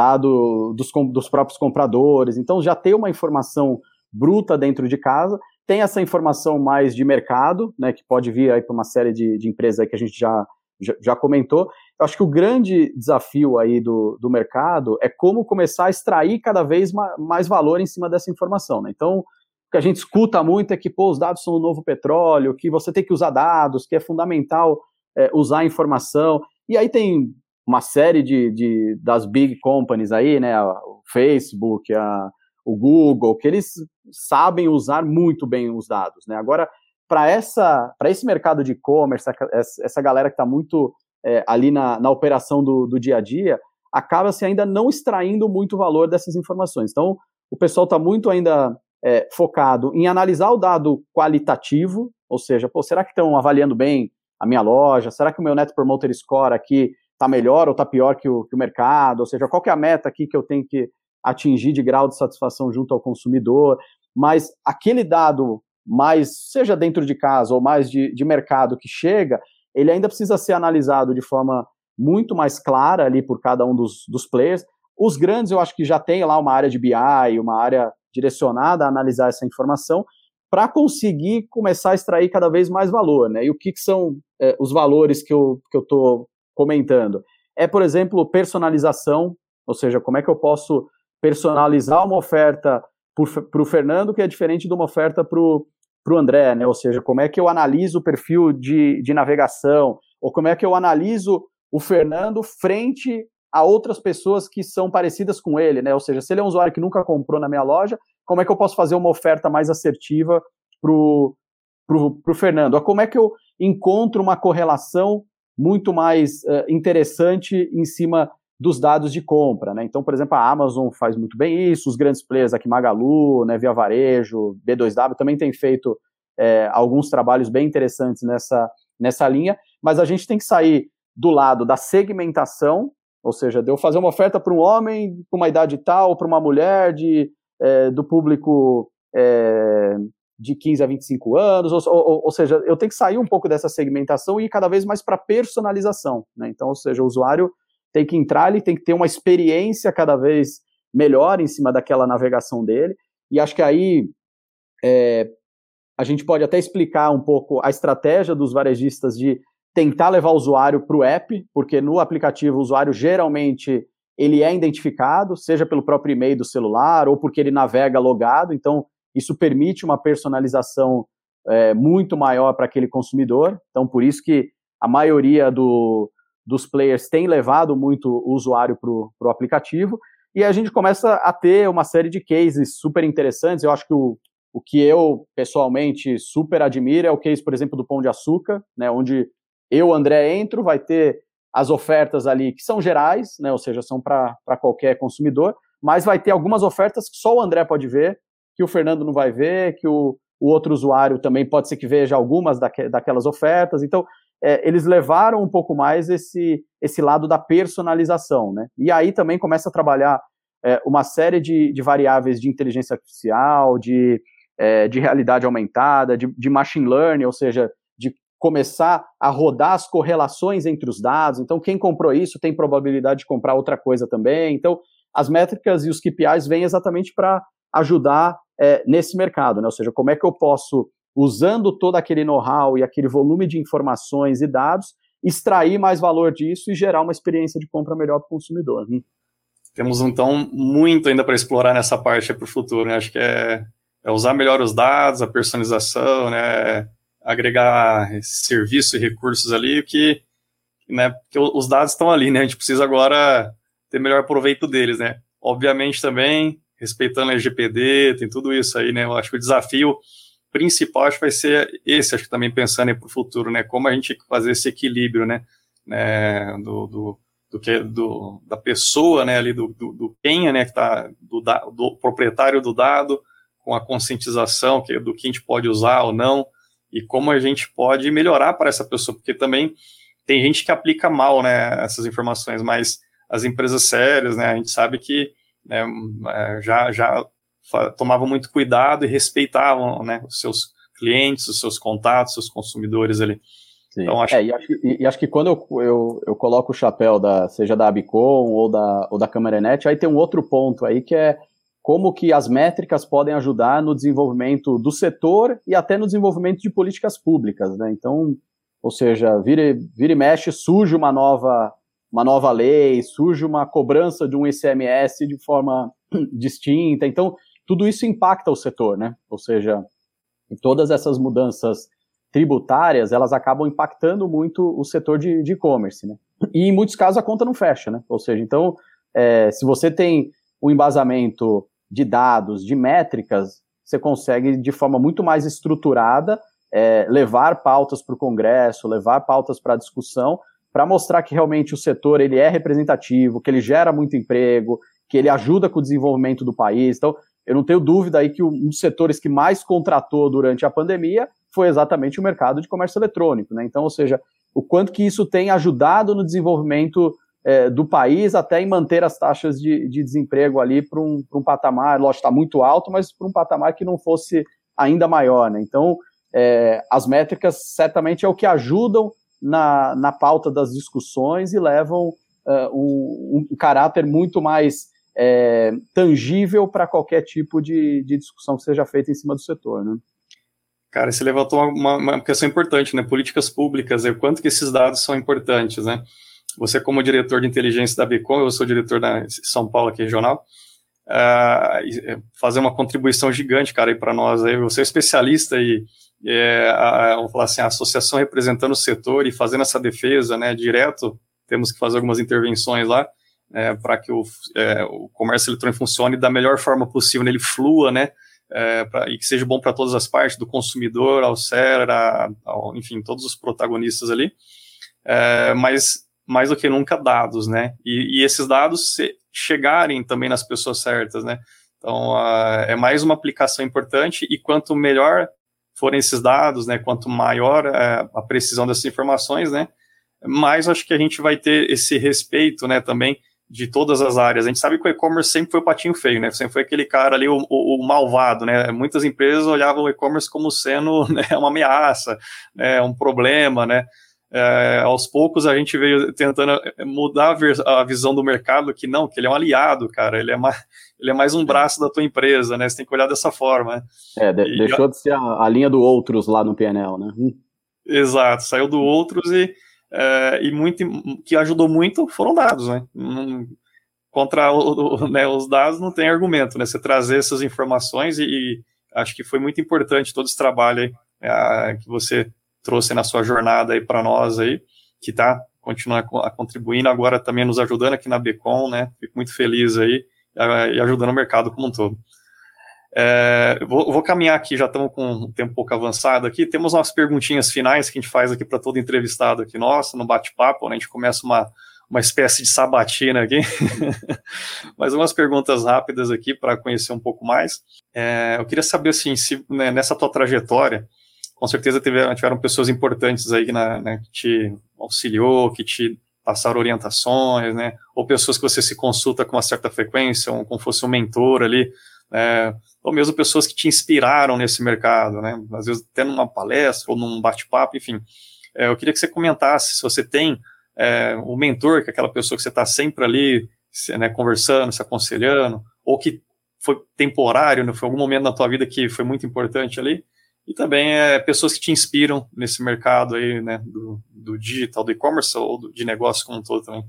dado dos, dos próprios compradores, então já tem uma informação bruta dentro de casa, tem essa informação mais de mercado, né? Que pode vir aí para uma série de, de empresas aí que a gente já, já, já comentou. Eu acho que o grande desafio aí do, do mercado é como começar a extrair cada vez mais valor em cima dessa informação, né? Então, o que a gente escuta muito é que, pô, os dados são o novo petróleo, que você tem que usar dados, que é fundamental é, usar a informação. E aí tem uma série de, de das big companies aí, né? O Facebook, a, o Google, que eles sabem usar muito bem os dados, né? Agora, para essa, para esse mercado de e-commerce, essa, essa galera que está muito É, ali na, na operação do, do dia a dia, acaba-se ainda não extraindo muito valor dessas informações. Então, o pessoal está muito ainda é, focado em analisar o dado qualitativo, ou seja, pô, será que estão avaliando bem a minha loja? Será que o meu Net Promoter Score aqui está melhor ou está pior que o, que o mercado? Ou seja, qual que é a meta aqui que eu tenho que atingir de grau de satisfação junto ao consumidor? Mas aquele dado mais, seja dentro de casa ou mais de, de mercado que chega, ele ainda precisa ser analisado de forma muito mais clara ali por cada um dos, dos players. Os grandes, eu acho que já tem lá uma área de B I, uma área direcionada a analisar essa informação para conseguir começar a extrair cada vez mais valor, né? E o que, que são é, os valores que eu que eu estou comentando? É, por exemplo, personalização, ou seja, como é que eu posso personalizar uma oferta para o Fernando que é diferente de uma oferta para o para o André, né? Ou seja, como é que eu analiso o perfil de, de navegação, ou como é que eu analiso o Fernando frente a outras pessoas que são parecidas com ele, né? Ou seja, se ele é um usuário que nunca comprou na minha loja, como é que eu posso fazer uma oferta mais assertiva pro, pro, pro Fernando? Ou como é que eu encontro uma correlação muito mais uh, interessante em cima dos dados de compra, né? Então, por exemplo, a Amazon faz muito bem isso, os grandes players aqui, Magalu, né, Via Varejo, B dois W, também tem feito é, alguns trabalhos bem interessantes nessa, nessa linha, mas a gente tem que sair do lado da segmentação, ou seja, de eu fazer uma oferta para um homem com uma idade tal, para uma mulher de, é, do público é, de quinze a vinte e cinco anos, ou, ou, ou seja, eu tenho que sair um pouco dessa segmentação e ir cada vez mais para personalização, né? Então, ou seja, o usuário tem que entrar, ele tem que ter uma experiência cada vez melhor em cima daquela navegação dele, e acho que aí é, a gente pode até explicar um pouco a estratégia dos varejistas de tentar levar o usuário para o app, porque no aplicativo o usuário geralmente ele é identificado, seja pelo próprio e-mail do celular ou porque ele navega logado, então isso permite uma personalização é, muito maior para aquele consumidor, então por isso que a maioria do, dos players tem levado muito o usuário para o aplicativo, e a gente começa a ter uma série de cases super interessantes. Eu acho que o, o que eu pessoalmente super admiro é o case, por exemplo, do Pão de Açúcar, né, onde eu, André, entro, vai ter as ofertas ali que são gerais, né, ou seja, são para qualquer consumidor, mas vai ter algumas ofertas que só o André pode ver, que o Fernando não vai ver, que o, o outro usuário também pode ser que veja algumas daque, daquelas ofertas. Então, é, eles levaram um pouco mais esse, esse lado da personalização, né? E aí também começa a trabalhar é, uma série de, de variáveis de inteligência artificial, de, é, de realidade aumentada, de, de machine learning, ou seja, de começar a rodar as correlações entre os dados. Então, quem comprou isso tem probabilidade de comprar outra coisa também. Então, as métricas e os K P Is vêm exatamente para ajudar é, nesse mercado, né? Ou seja, como é que eu posso, usando todo aquele know-how e aquele volume de informações e dados, extrair mais valor disso e gerar uma experiência de compra melhor para o consumidor. Né? Temos, então, muito ainda para explorar nessa parte para o futuro, né? Acho que é, é usar melhor os dados, a personalização, né? Agregar serviço e recursos ali, que, né? Porque os dados estão ali, né? A gente precisa agora ter melhor proveito deles, né? Obviamente também, respeitando a L G P D, tem tudo isso aí, né? Eu acho que o desafio principal acho que vai ser esse, acho que também pensando para o futuro, né? Como a gente fazer esse equilíbrio, né? né? Do, do, do, que, do, da pessoa, né? Ali do, do, do quem, né? Que tá, do, do proprietário do dado, com a conscientização que, do que a gente pode usar ou não, e como a gente pode melhorar para essa pessoa, porque também tem gente que aplica mal, né? Essas informações, mas as empresas sérias, né? A gente sabe que né, já, já tomavam muito cuidado e respeitavam, né, os seus clientes, os seus contatos, os seus consumidores ali. Sim. Então, acho... É, e, acho que, e acho que quando eu, eu, eu coloco o chapéu, da, seja da Abicom ou da, ou da Câmara.net, aí tem um outro ponto aí que é como que as métricas podem ajudar no desenvolvimento do setor e até no desenvolvimento de políticas públicas, né? Então, ou seja, vira, vira e mexe, surge uma nova... uma nova lei, surge uma cobrança de um I C M S de forma distinta, então tudo isso impacta o setor, né? Ou seja, todas essas mudanças tributárias, elas acabam impactando muito o setor de e-commerce, né? E em muitos casos a conta não fecha, né? Ou seja, então, é, se você tem um embasamento de dados, de métricas, você consegue de forma muito mais estruturada é, levar pautas para o Congresso, levar pautas para a discussão, para mostrar que realmente o setor ele é representativo, que ele gera muito emprego, que ele ajuda com o desenvolvimento do país. Então, eu não tenho dúvida aí que um dos setores que mais contratou durante a pandemia foi exatamente o mercado de comércio eletrônico, né? Então, ou seja, o quanto que isso tem ajudado no desenvolvimento é, do país, até em manter as taxas de, de desemprego ali para um, um patamar, lógico, está muito alto, mas para um patamar que não fosse ainda maior, né? Então, é, as métricas certamente é o que ajudam Na, na pauta das discussões e levam uh, um, um caráter muito mais é, tangível para qualquer tipo de, de discussão que seja feita em cima do setor, né? Cara, você levantou uma, uma questão importante, né? Políticas públicas, o quanto que esses dados são importantes, né? Você, como diretor de inteligência da Abicom, eu sou diretor da São Paulo aqui regional, uh, fazer uma contribuição gigante, cara, aí para nós. Aí, você é especialista e É, a, vamos falar assim, a associação representando o setor e fazendo essa defesa, né, direto, temos que fazer algumas intervenções lá, é, para que o, é, o comércio eletrônico funcione da melhor forma possível, né, ele flua, né, é, pra, e que seja bom para todas as partes, do consumidor, ao seller, a, ao, enfim, todos os protagonistas ali, é, mas mais do que nunca dados, né, e, e esses dados se, chegarem também nas pessoas certas, né, então a, é mais uma aplicação importante, e quanto melhor forem esses dados, né, quanto maior é, a precisão dessas informações, né, mas acho que a gente vai ter esse respeito, né, também, de todas as áreas. A gente sabe que o e-commerce sempre foi o patinho feio, né? Sempre foi aquele cara ali, o, o, o malvado, né? Muitas empresas olhavam o e-commerce como sendo, né, uma ameaça, né, um problema, né? É, aos poucos a gente veio tentando mudar a, a visão do mercado, que não, que ele é um aliado, cara, ele é, mais, ele é mais um braço da tua empresa, né? Você tem que olhar dessa forma, né? É, de, e, deixou de ser a, a linha do outros lá no P and L, né? Hum. Exato, saiu do outros e É, e muito, que ajudou muito foram dados, né? Um, contra o, o, né, os dados não tem argumento, né? Você trazer essas informações e, e acho que foi muito importante todo esse trabalho aí, é, que você trouxe na sua jornada aí para nós aí, que está continuando a contribuindo, agora também nos ajudando aqui na Becom, né? Fico muito feliz aí e ajudando o mercado como um todo. É, vou, vou caminhar aqui, já estamos com um tempo um pouco avançado aqui, temos umas perguntinhas finais que a gente faz aqui para todo entrevistado aqui nosso, no bate-papo, né? A gente começa uma, uma espécie de sabatina aqui, mas umas perguntas rápidas aqui para conhecer um pouco mais. É, eu queria saber, assim, se né, nessa tua trajetória, com certeza teve, tiveram pessoas importantes aí né, né, que te auxiliou, que te passaram orientações, né, ou pessoas que você se consulta com uma certa frequência, um, como fosse um mentor ali, é, ou mesmo pessoas que te inspiraram nesse mercado, né, às vezes até numa palestra ou num bate-papo, enfim. É, eu queria que você comentasse se você tem é, um mentor, que é aquela pessoa que você está sempre ali, se, né, conversando, se aconselhando, ou que foi temporário, né, foi algum momento na tua vida que foi muito importante ali, e também é, pessoas que te inspiram nesse mercado aí, né, do, do digital, do e-commerce ou do, de negócio como um todo também.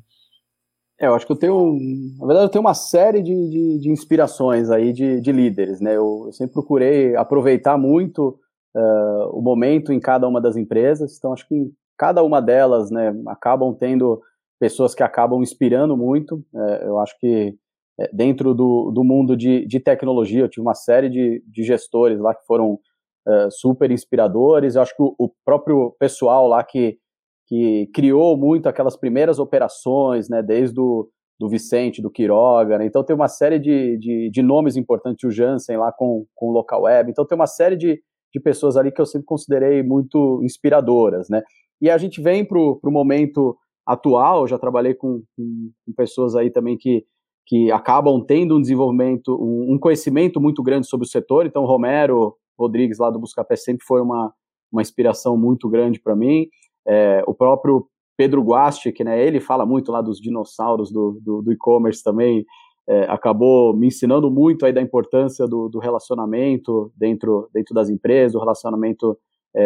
É, eu acho que eu tenho, na verdade eu tenho uma série de, de, de inspirações aí de, de líderes, né, eu, eu sempre procurei aproveitar muito uh, o momento em cada uma das empresas, então acho que em cada uma delas, né, acabam tendo pessoas que acabam inspirando muito, uh, eu acho que uh, dentro do, do mundo de, de tecnologia, eu tive uma série de, de gestores lá que foram uh, super inspiradores, eu acho que o, o próprio pessoal lá que que criou muito aquelas primeiras operações, né, desde o do Vicente, do Quiroga, né, então tem uma série de, de, de nomes importantes, o Jansen lá com, com o Local Web, então tem uma série de, de pessoas ali que eu sempre considerei muito inspiradoras, né, e a gente vem para o momento atual, eu já trabalhei com, com, com pessoas aí também que, que acabam tendo um desenvolvimento, um, um conhecimento muito grande sobre o setor, então o Romero Rodrigues lá do Buscapé sempre foi uma, uma inspiração muito grande para mim. É, o próprio Pedro Guasti, que né, ele fala muito lá dos dinossauros do, do, do e-commerce também, é, acabou me ensinando muito aí da importância do, do relacionamento dentro, dentro das empresas, do relacionamento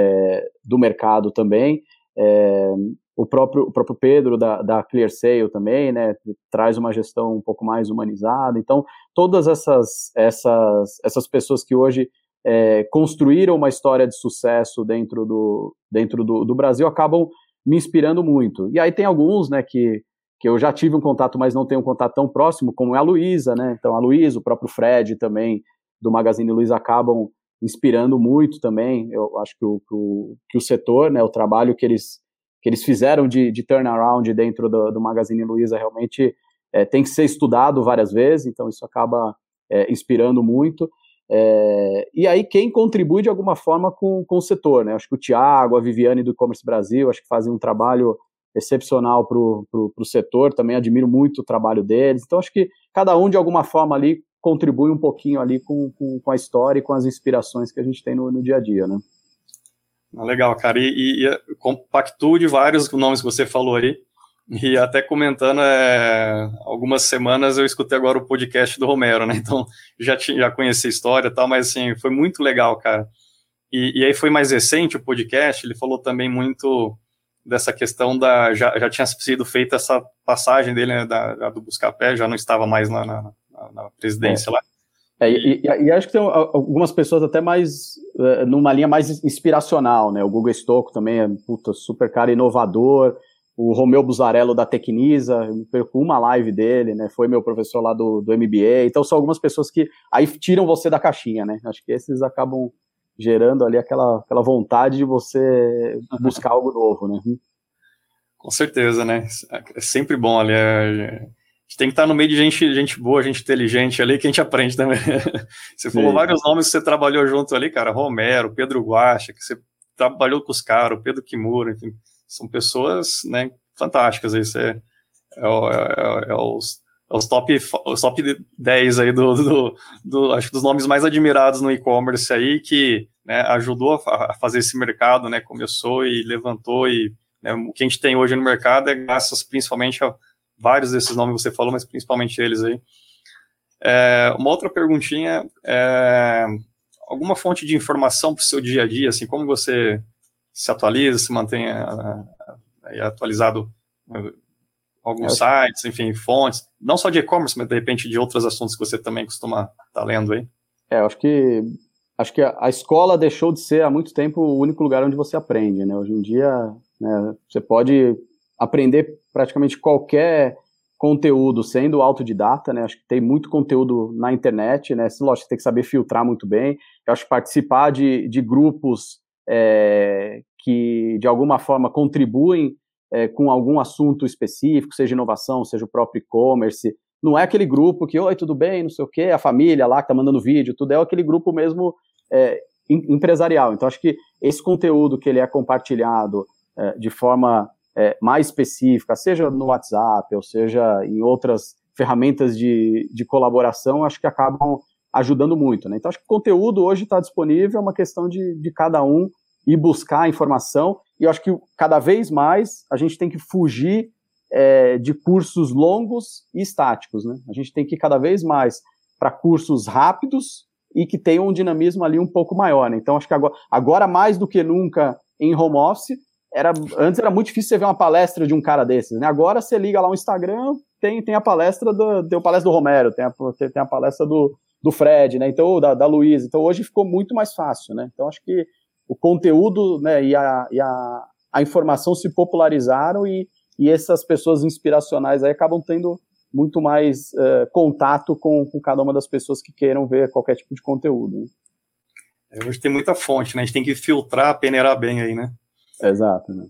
é, do mercado também. É, o, próprio, o próprio Pedro da, da ClearSale também, né, traz uma gestão um pouco mais humanizada. Então, todas essas, essas, essas pessoas que hoje É, construíram uma história de sucesso dentro do, dentro do, do Brasil, acabam me inspirando muito. E aí tem alguns, né, que, que eu já tive um contato, mas não tenho um contato tão próximo, como é a Luísa, né, então a Luísa, o próprio Fred também, do Magazine Luiza, acabam inspirando muito também. Eu acho que o, que o, que o setor, né, o trabalho que eles, que eles fizeram de, de turnaround dentro do, do Magazine Luiza realmente é, tem que ser estudado várias vezes, então isso acaba é, inspirando muito. É, e aí quem contribui de alguma forma com, com o setor, né? Acho que o Thiago, a Viviane do E-Commerce Brasil, acho que fazem um trabalho excepcional para o setor, também admiro muito o trabalho deles, então acho que cada um de alguma forma ali contribui um pouquinho ali com, com, com a história e com as inspirações que a gente tem no, no dia a dia, né? Legal, cara, e, e, e compactuo de vários nomes que você falou aí, e até comentando, é, algumas semanas eu escutei agora o podcast do Romero, né, então já, tinha, já conheci a história e tal, mas assim, foi muito legal, cara. E, e aí foi mais recente o podcast, ele falou também muito dessa questão da, já, já tinha sido feita essa passagem dele, né, da, da, do Buscapé, já não estava mais na, na, na presidência é. lá. É, e, e, e acho que tem algumas pessoas até mais, uh, numa linha mais inspiracional, né, o Guga Stocco também é, puta, super cara inovador, o Romeu Buzarello da Tecnisa, eu perco uma live dele, né, foi meu professor lá do, do M B A, então são algumas pessoas que aí tiram você da caixinha, né, acho que esses acabam gerando ali aquela, aquela vontade de você buscar algo novo, né. Com certeza, né, é sempre bom ali, é, a gente tem que estar no meio de gente, gente boa, gente inteligente ali, que a gente aprende também. Você falou Sim. vários nomes que você trabalhou junto ali, cara, Romero, Pedro Guacha, que você trabalhou com os caras, o Pedro Kimura, enfim, são pessoas, né, fantásticas. Isso é, é, é, é os, é os, top, os top dez aí do, do, do, acho que dos nomes mais admirados no e-commerce aí, que, né, ajudou a, a fazer esse mercado, né, começou e levantou, e, né, o que a gente tem hoje no mercado é graças principalmente a vários desses nomes que você falou, mas principalmente eles aí. É, uma outra perguntinha, é, alguma fonte de informação para o seu dia a dia, assim, como você se atualiza, se mantém a, a, atualizado alguns é, sites, enfim, fontes, não só de e-commerce, mas de repente de outros assuntos que você também costuma estar tá lendo aí? É, eu acho que, acho que a, a escola deixou de ser há muito tempo o único lugar onde você aprende, né? Hoje em dia, né, você pode aprender praticamente qualquer conteúdo sendo autodidata, né? Acho que tem muito conteúdo na internet, né? Lógico, você tem que saber filtrar muito bem. Eu acho que participar de, de grupos é, que, de alguma forma, contribuem é, com algum assunto específico, seja inovação, seja o próprio e-commerce. Não é aquele grupo que, oi, tudo bem, não sei o quê, a família lá que tá mandando vídeo, tudo é aquele grupo mesmo é, empresarial. Então, acho que esse conteúdo que ele é compartilhado é, de forma É, mais específica, seja no WhatsApp, ou seja em outras ferramentas de, de colaboração, acho que acabam ajudando muito, né? Então, acho que o conteúdo hoje está disponível, é uma questão de, de cada um ir buscar a informação, e eu acho que cada vez mais a gente tem que fugir é, de cursos longos e estáticos, né? A gente tem que ir cada vez mais para cursos rápidos e que tenham um dinamismo ali um pouco maior, né? Então, acho que agora, agora mais do que nunca em home office, Era, antes era muito difícil você ver uma palestra de um cara desses, né? Agora você liga lá o Instagram, tem, tem a palestra do, tem a palestra do Romero, tem a, tem a palestra do, do Fred, né? Então, da, da Luísa. Então, hoje ficou muito mais fácil, né? Então, acho que o conteúdo, né, e, a, e a, a informação se popularizaram e, e essas pessoas inspiracionais aí acabam tendo muito mais uh, contato com, com cada uma das pessoas que queiram ver qualquer tipo de conteúdo, né? Hoje tem muita fonte, né? A gente tem que filtrar, peneirar bem aí, né? Exato, né?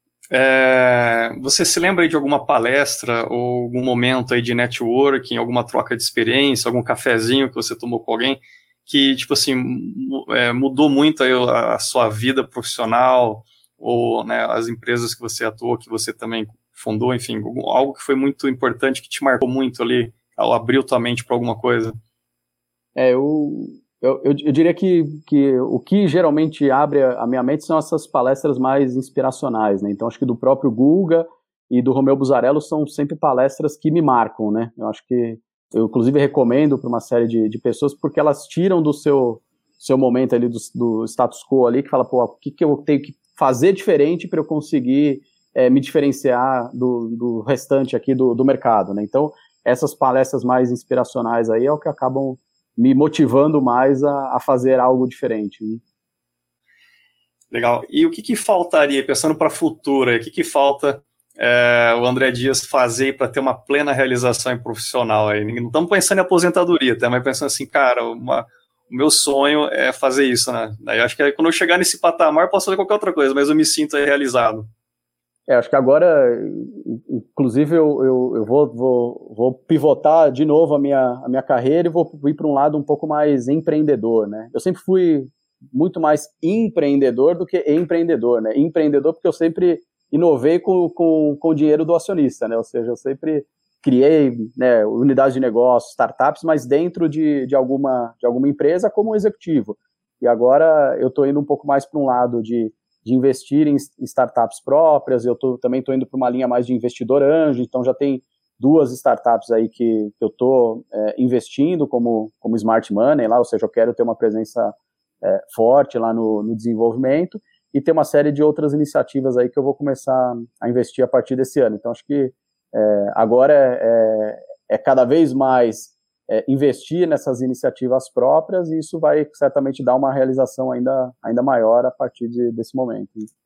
É, você se lembra aí de alguma palestra ou algum momento aí de networking, alguma troca de experiência, algum cafezinho que você tomou com alguém que, tipo assim, é, mudou muito aí a, a sua vida profissional ou, né, as empresas que você atuou, que você também fundou, enfim, algo que foi muito importante, que te marcou muito ali, abriu tua mente para alguma coisa? É, eu... Eu, eu, eu diria que, que o que geralmente abre a, a minha mente são essas palestras mais inspiracionais, né? Então, acho que do próprio Guga e do Romeu Buzarello são sempre palestras que me marcam, né? Eu acho que eu, inclusive, recomendo para uma série de, de pessoas, porque elas tiram do seu, seu momento ali, do, do status quo ali, que fala, pô, o que, que eu tenho que fazer diferente para eu conseguir é, me diferenciar do, do restante aqui do, do mercado, né? Então, essas palestras mais inspiracionais aí é o que acabam me motivando mais a, a fazer algo diferente, né? Legal. E o que, que faltaria, pensando para a futura, o que, que falta é, o André Dias fazer para ter uma plena realização profissional? Aí? Não estamos pensando em aposentadoria, tá? Mas pensando assim, cara, uma, o meu sonho é fazer isso, né? Daí acho que aí, quando eu chegar nesse patamar, eu posso fazer qualquer outra coisa, mas eu me sinto aí realizado. É, acho que agora, inclusive, eu, eu, eu vou, vou, vou pivotar de novo a minha, a minha carreira e vou ir para um lado um pouco mais empreendedor, né? Eu sempre fui muito mais empreendedor do que empreendedor, né? Empreendedor porque eu sempre inovei com, com, com o dinheiro do acionista, né? Ou seja, eu sempre criei, né, unidades de negócio, startups, mas dentro de, de, alguma, de alguma empresa como executivo. E agora eu estou indo um pouco mais para um lado de de investir em startups próprias, eu tô, também estou indo para uma linha mais de investidor anjo, então já tem duas startups aí que, que eu estou é, investindo como, como Smart Money lá, ou seja, eu quero ter uma presença é, forte lá no, no desenvolvimento, e tem uma série de outras iniciativas aí que eu vou começar a investir a partir desse ano. Então acho que é, agora é, é cada vez mais É, investir nessas iniciativas próprias, e isso vai certamente dar uma realização ainda, ainda maior a partir de, desse momento.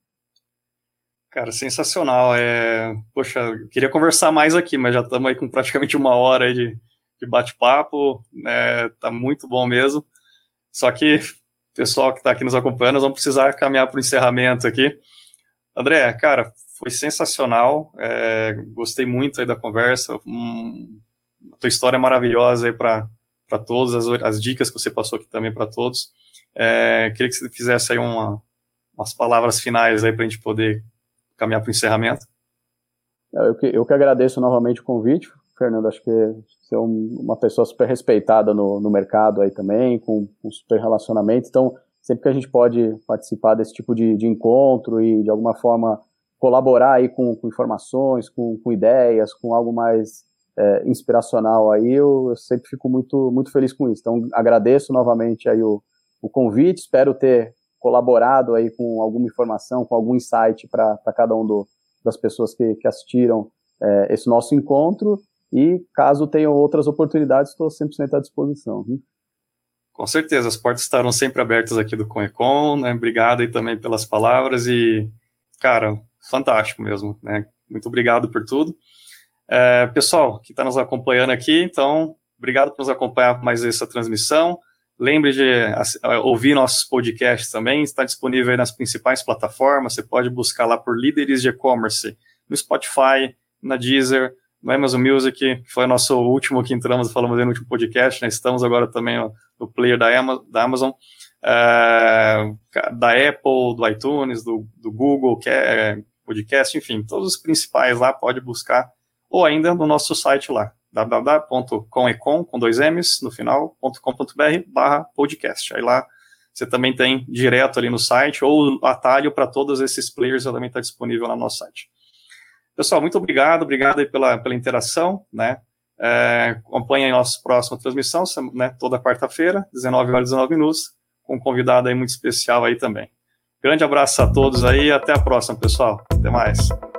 Cara, sensacional. É, poxa, eu queria conversar mais aqui, mas já estamos aí com praticamente uma hora aí de, de bate-papo, né, tá muito bom mesmo. Só que o pessoal que está aqui nos acompanhando, nós vamos precisar caminhar para o encerramento aqui. André, cara, foi sensacional, é, gostei muito aí da conversa, hum, a tua história é maravilhosa aí para todos, as, as dicas que você passou aqui também para todos. É, queria que você fizesse aí uma, umas palavras finais aí para a gente poder caminhar para o encerramento. Eu que, eu que agradeço novamente o convite, Fernando. Acho que você é um, uma pessoa super respeitada no, no mercado aí também, com um super relacionamento. Então, sempre que a gente pode participar desse tipo de, de encontro e, de alguma forma, colaborar aí com, com informações, com, com ideias, com algo mais é, inspiracional aí, eu, eu sempre fico muito, muito feliz com isso. Então, agradeço novamente aí o, o convite, espero ter colaborado aí com alguma informação, com algum insight para cada um do, das pessoas que, que assistiram é, esse nosso encontro, e caso tenham outras oportunidades, estou cem por cento à disposição. Viu? Com certeza, as portas estarão sempre abertas aqui do ConEcon, né? Obrigado aí também pelas palavras e, cara, fantástico mesmo, né? Muito obrigado por tudo. É, pessoal que está nos acompanhando aqui, então, obrigado por nos acompanhar mais essa transmissão. Lembre de ouvir nossos podcasts também, está disponível aí nas principais plataformas, você pode buscar lá por Líderes de E-Commerce, no Spotify, na Deezer, no Amazon Music, que foi o nosso último que entramos, falamos aí no último podcast, né? Estamos agora também no, no player da, Ama, da Amazon, é, da Apple, do iTunes, do, do Google, que é podcast, enfim, todos os principais lá, pode buscar, ou ainda no nosso site lá, w w w ponto conecon, com dois M's no final, .com.br barra podcast. Aí lá você também tem direto ali no site, ou atalho para todos esses players, também está disponível lá no nosso site. Pessoal, muito obrigado, obrigado aí pela, pela interação, né? É, acompanhem a nossa próxima transmissão, né, toda quarta-feira, dezenove horas e dezenove minutos, com um convidado aí muito especial aí também. Grande abraço a todos aí, até a próxima, pessoal. Até mais.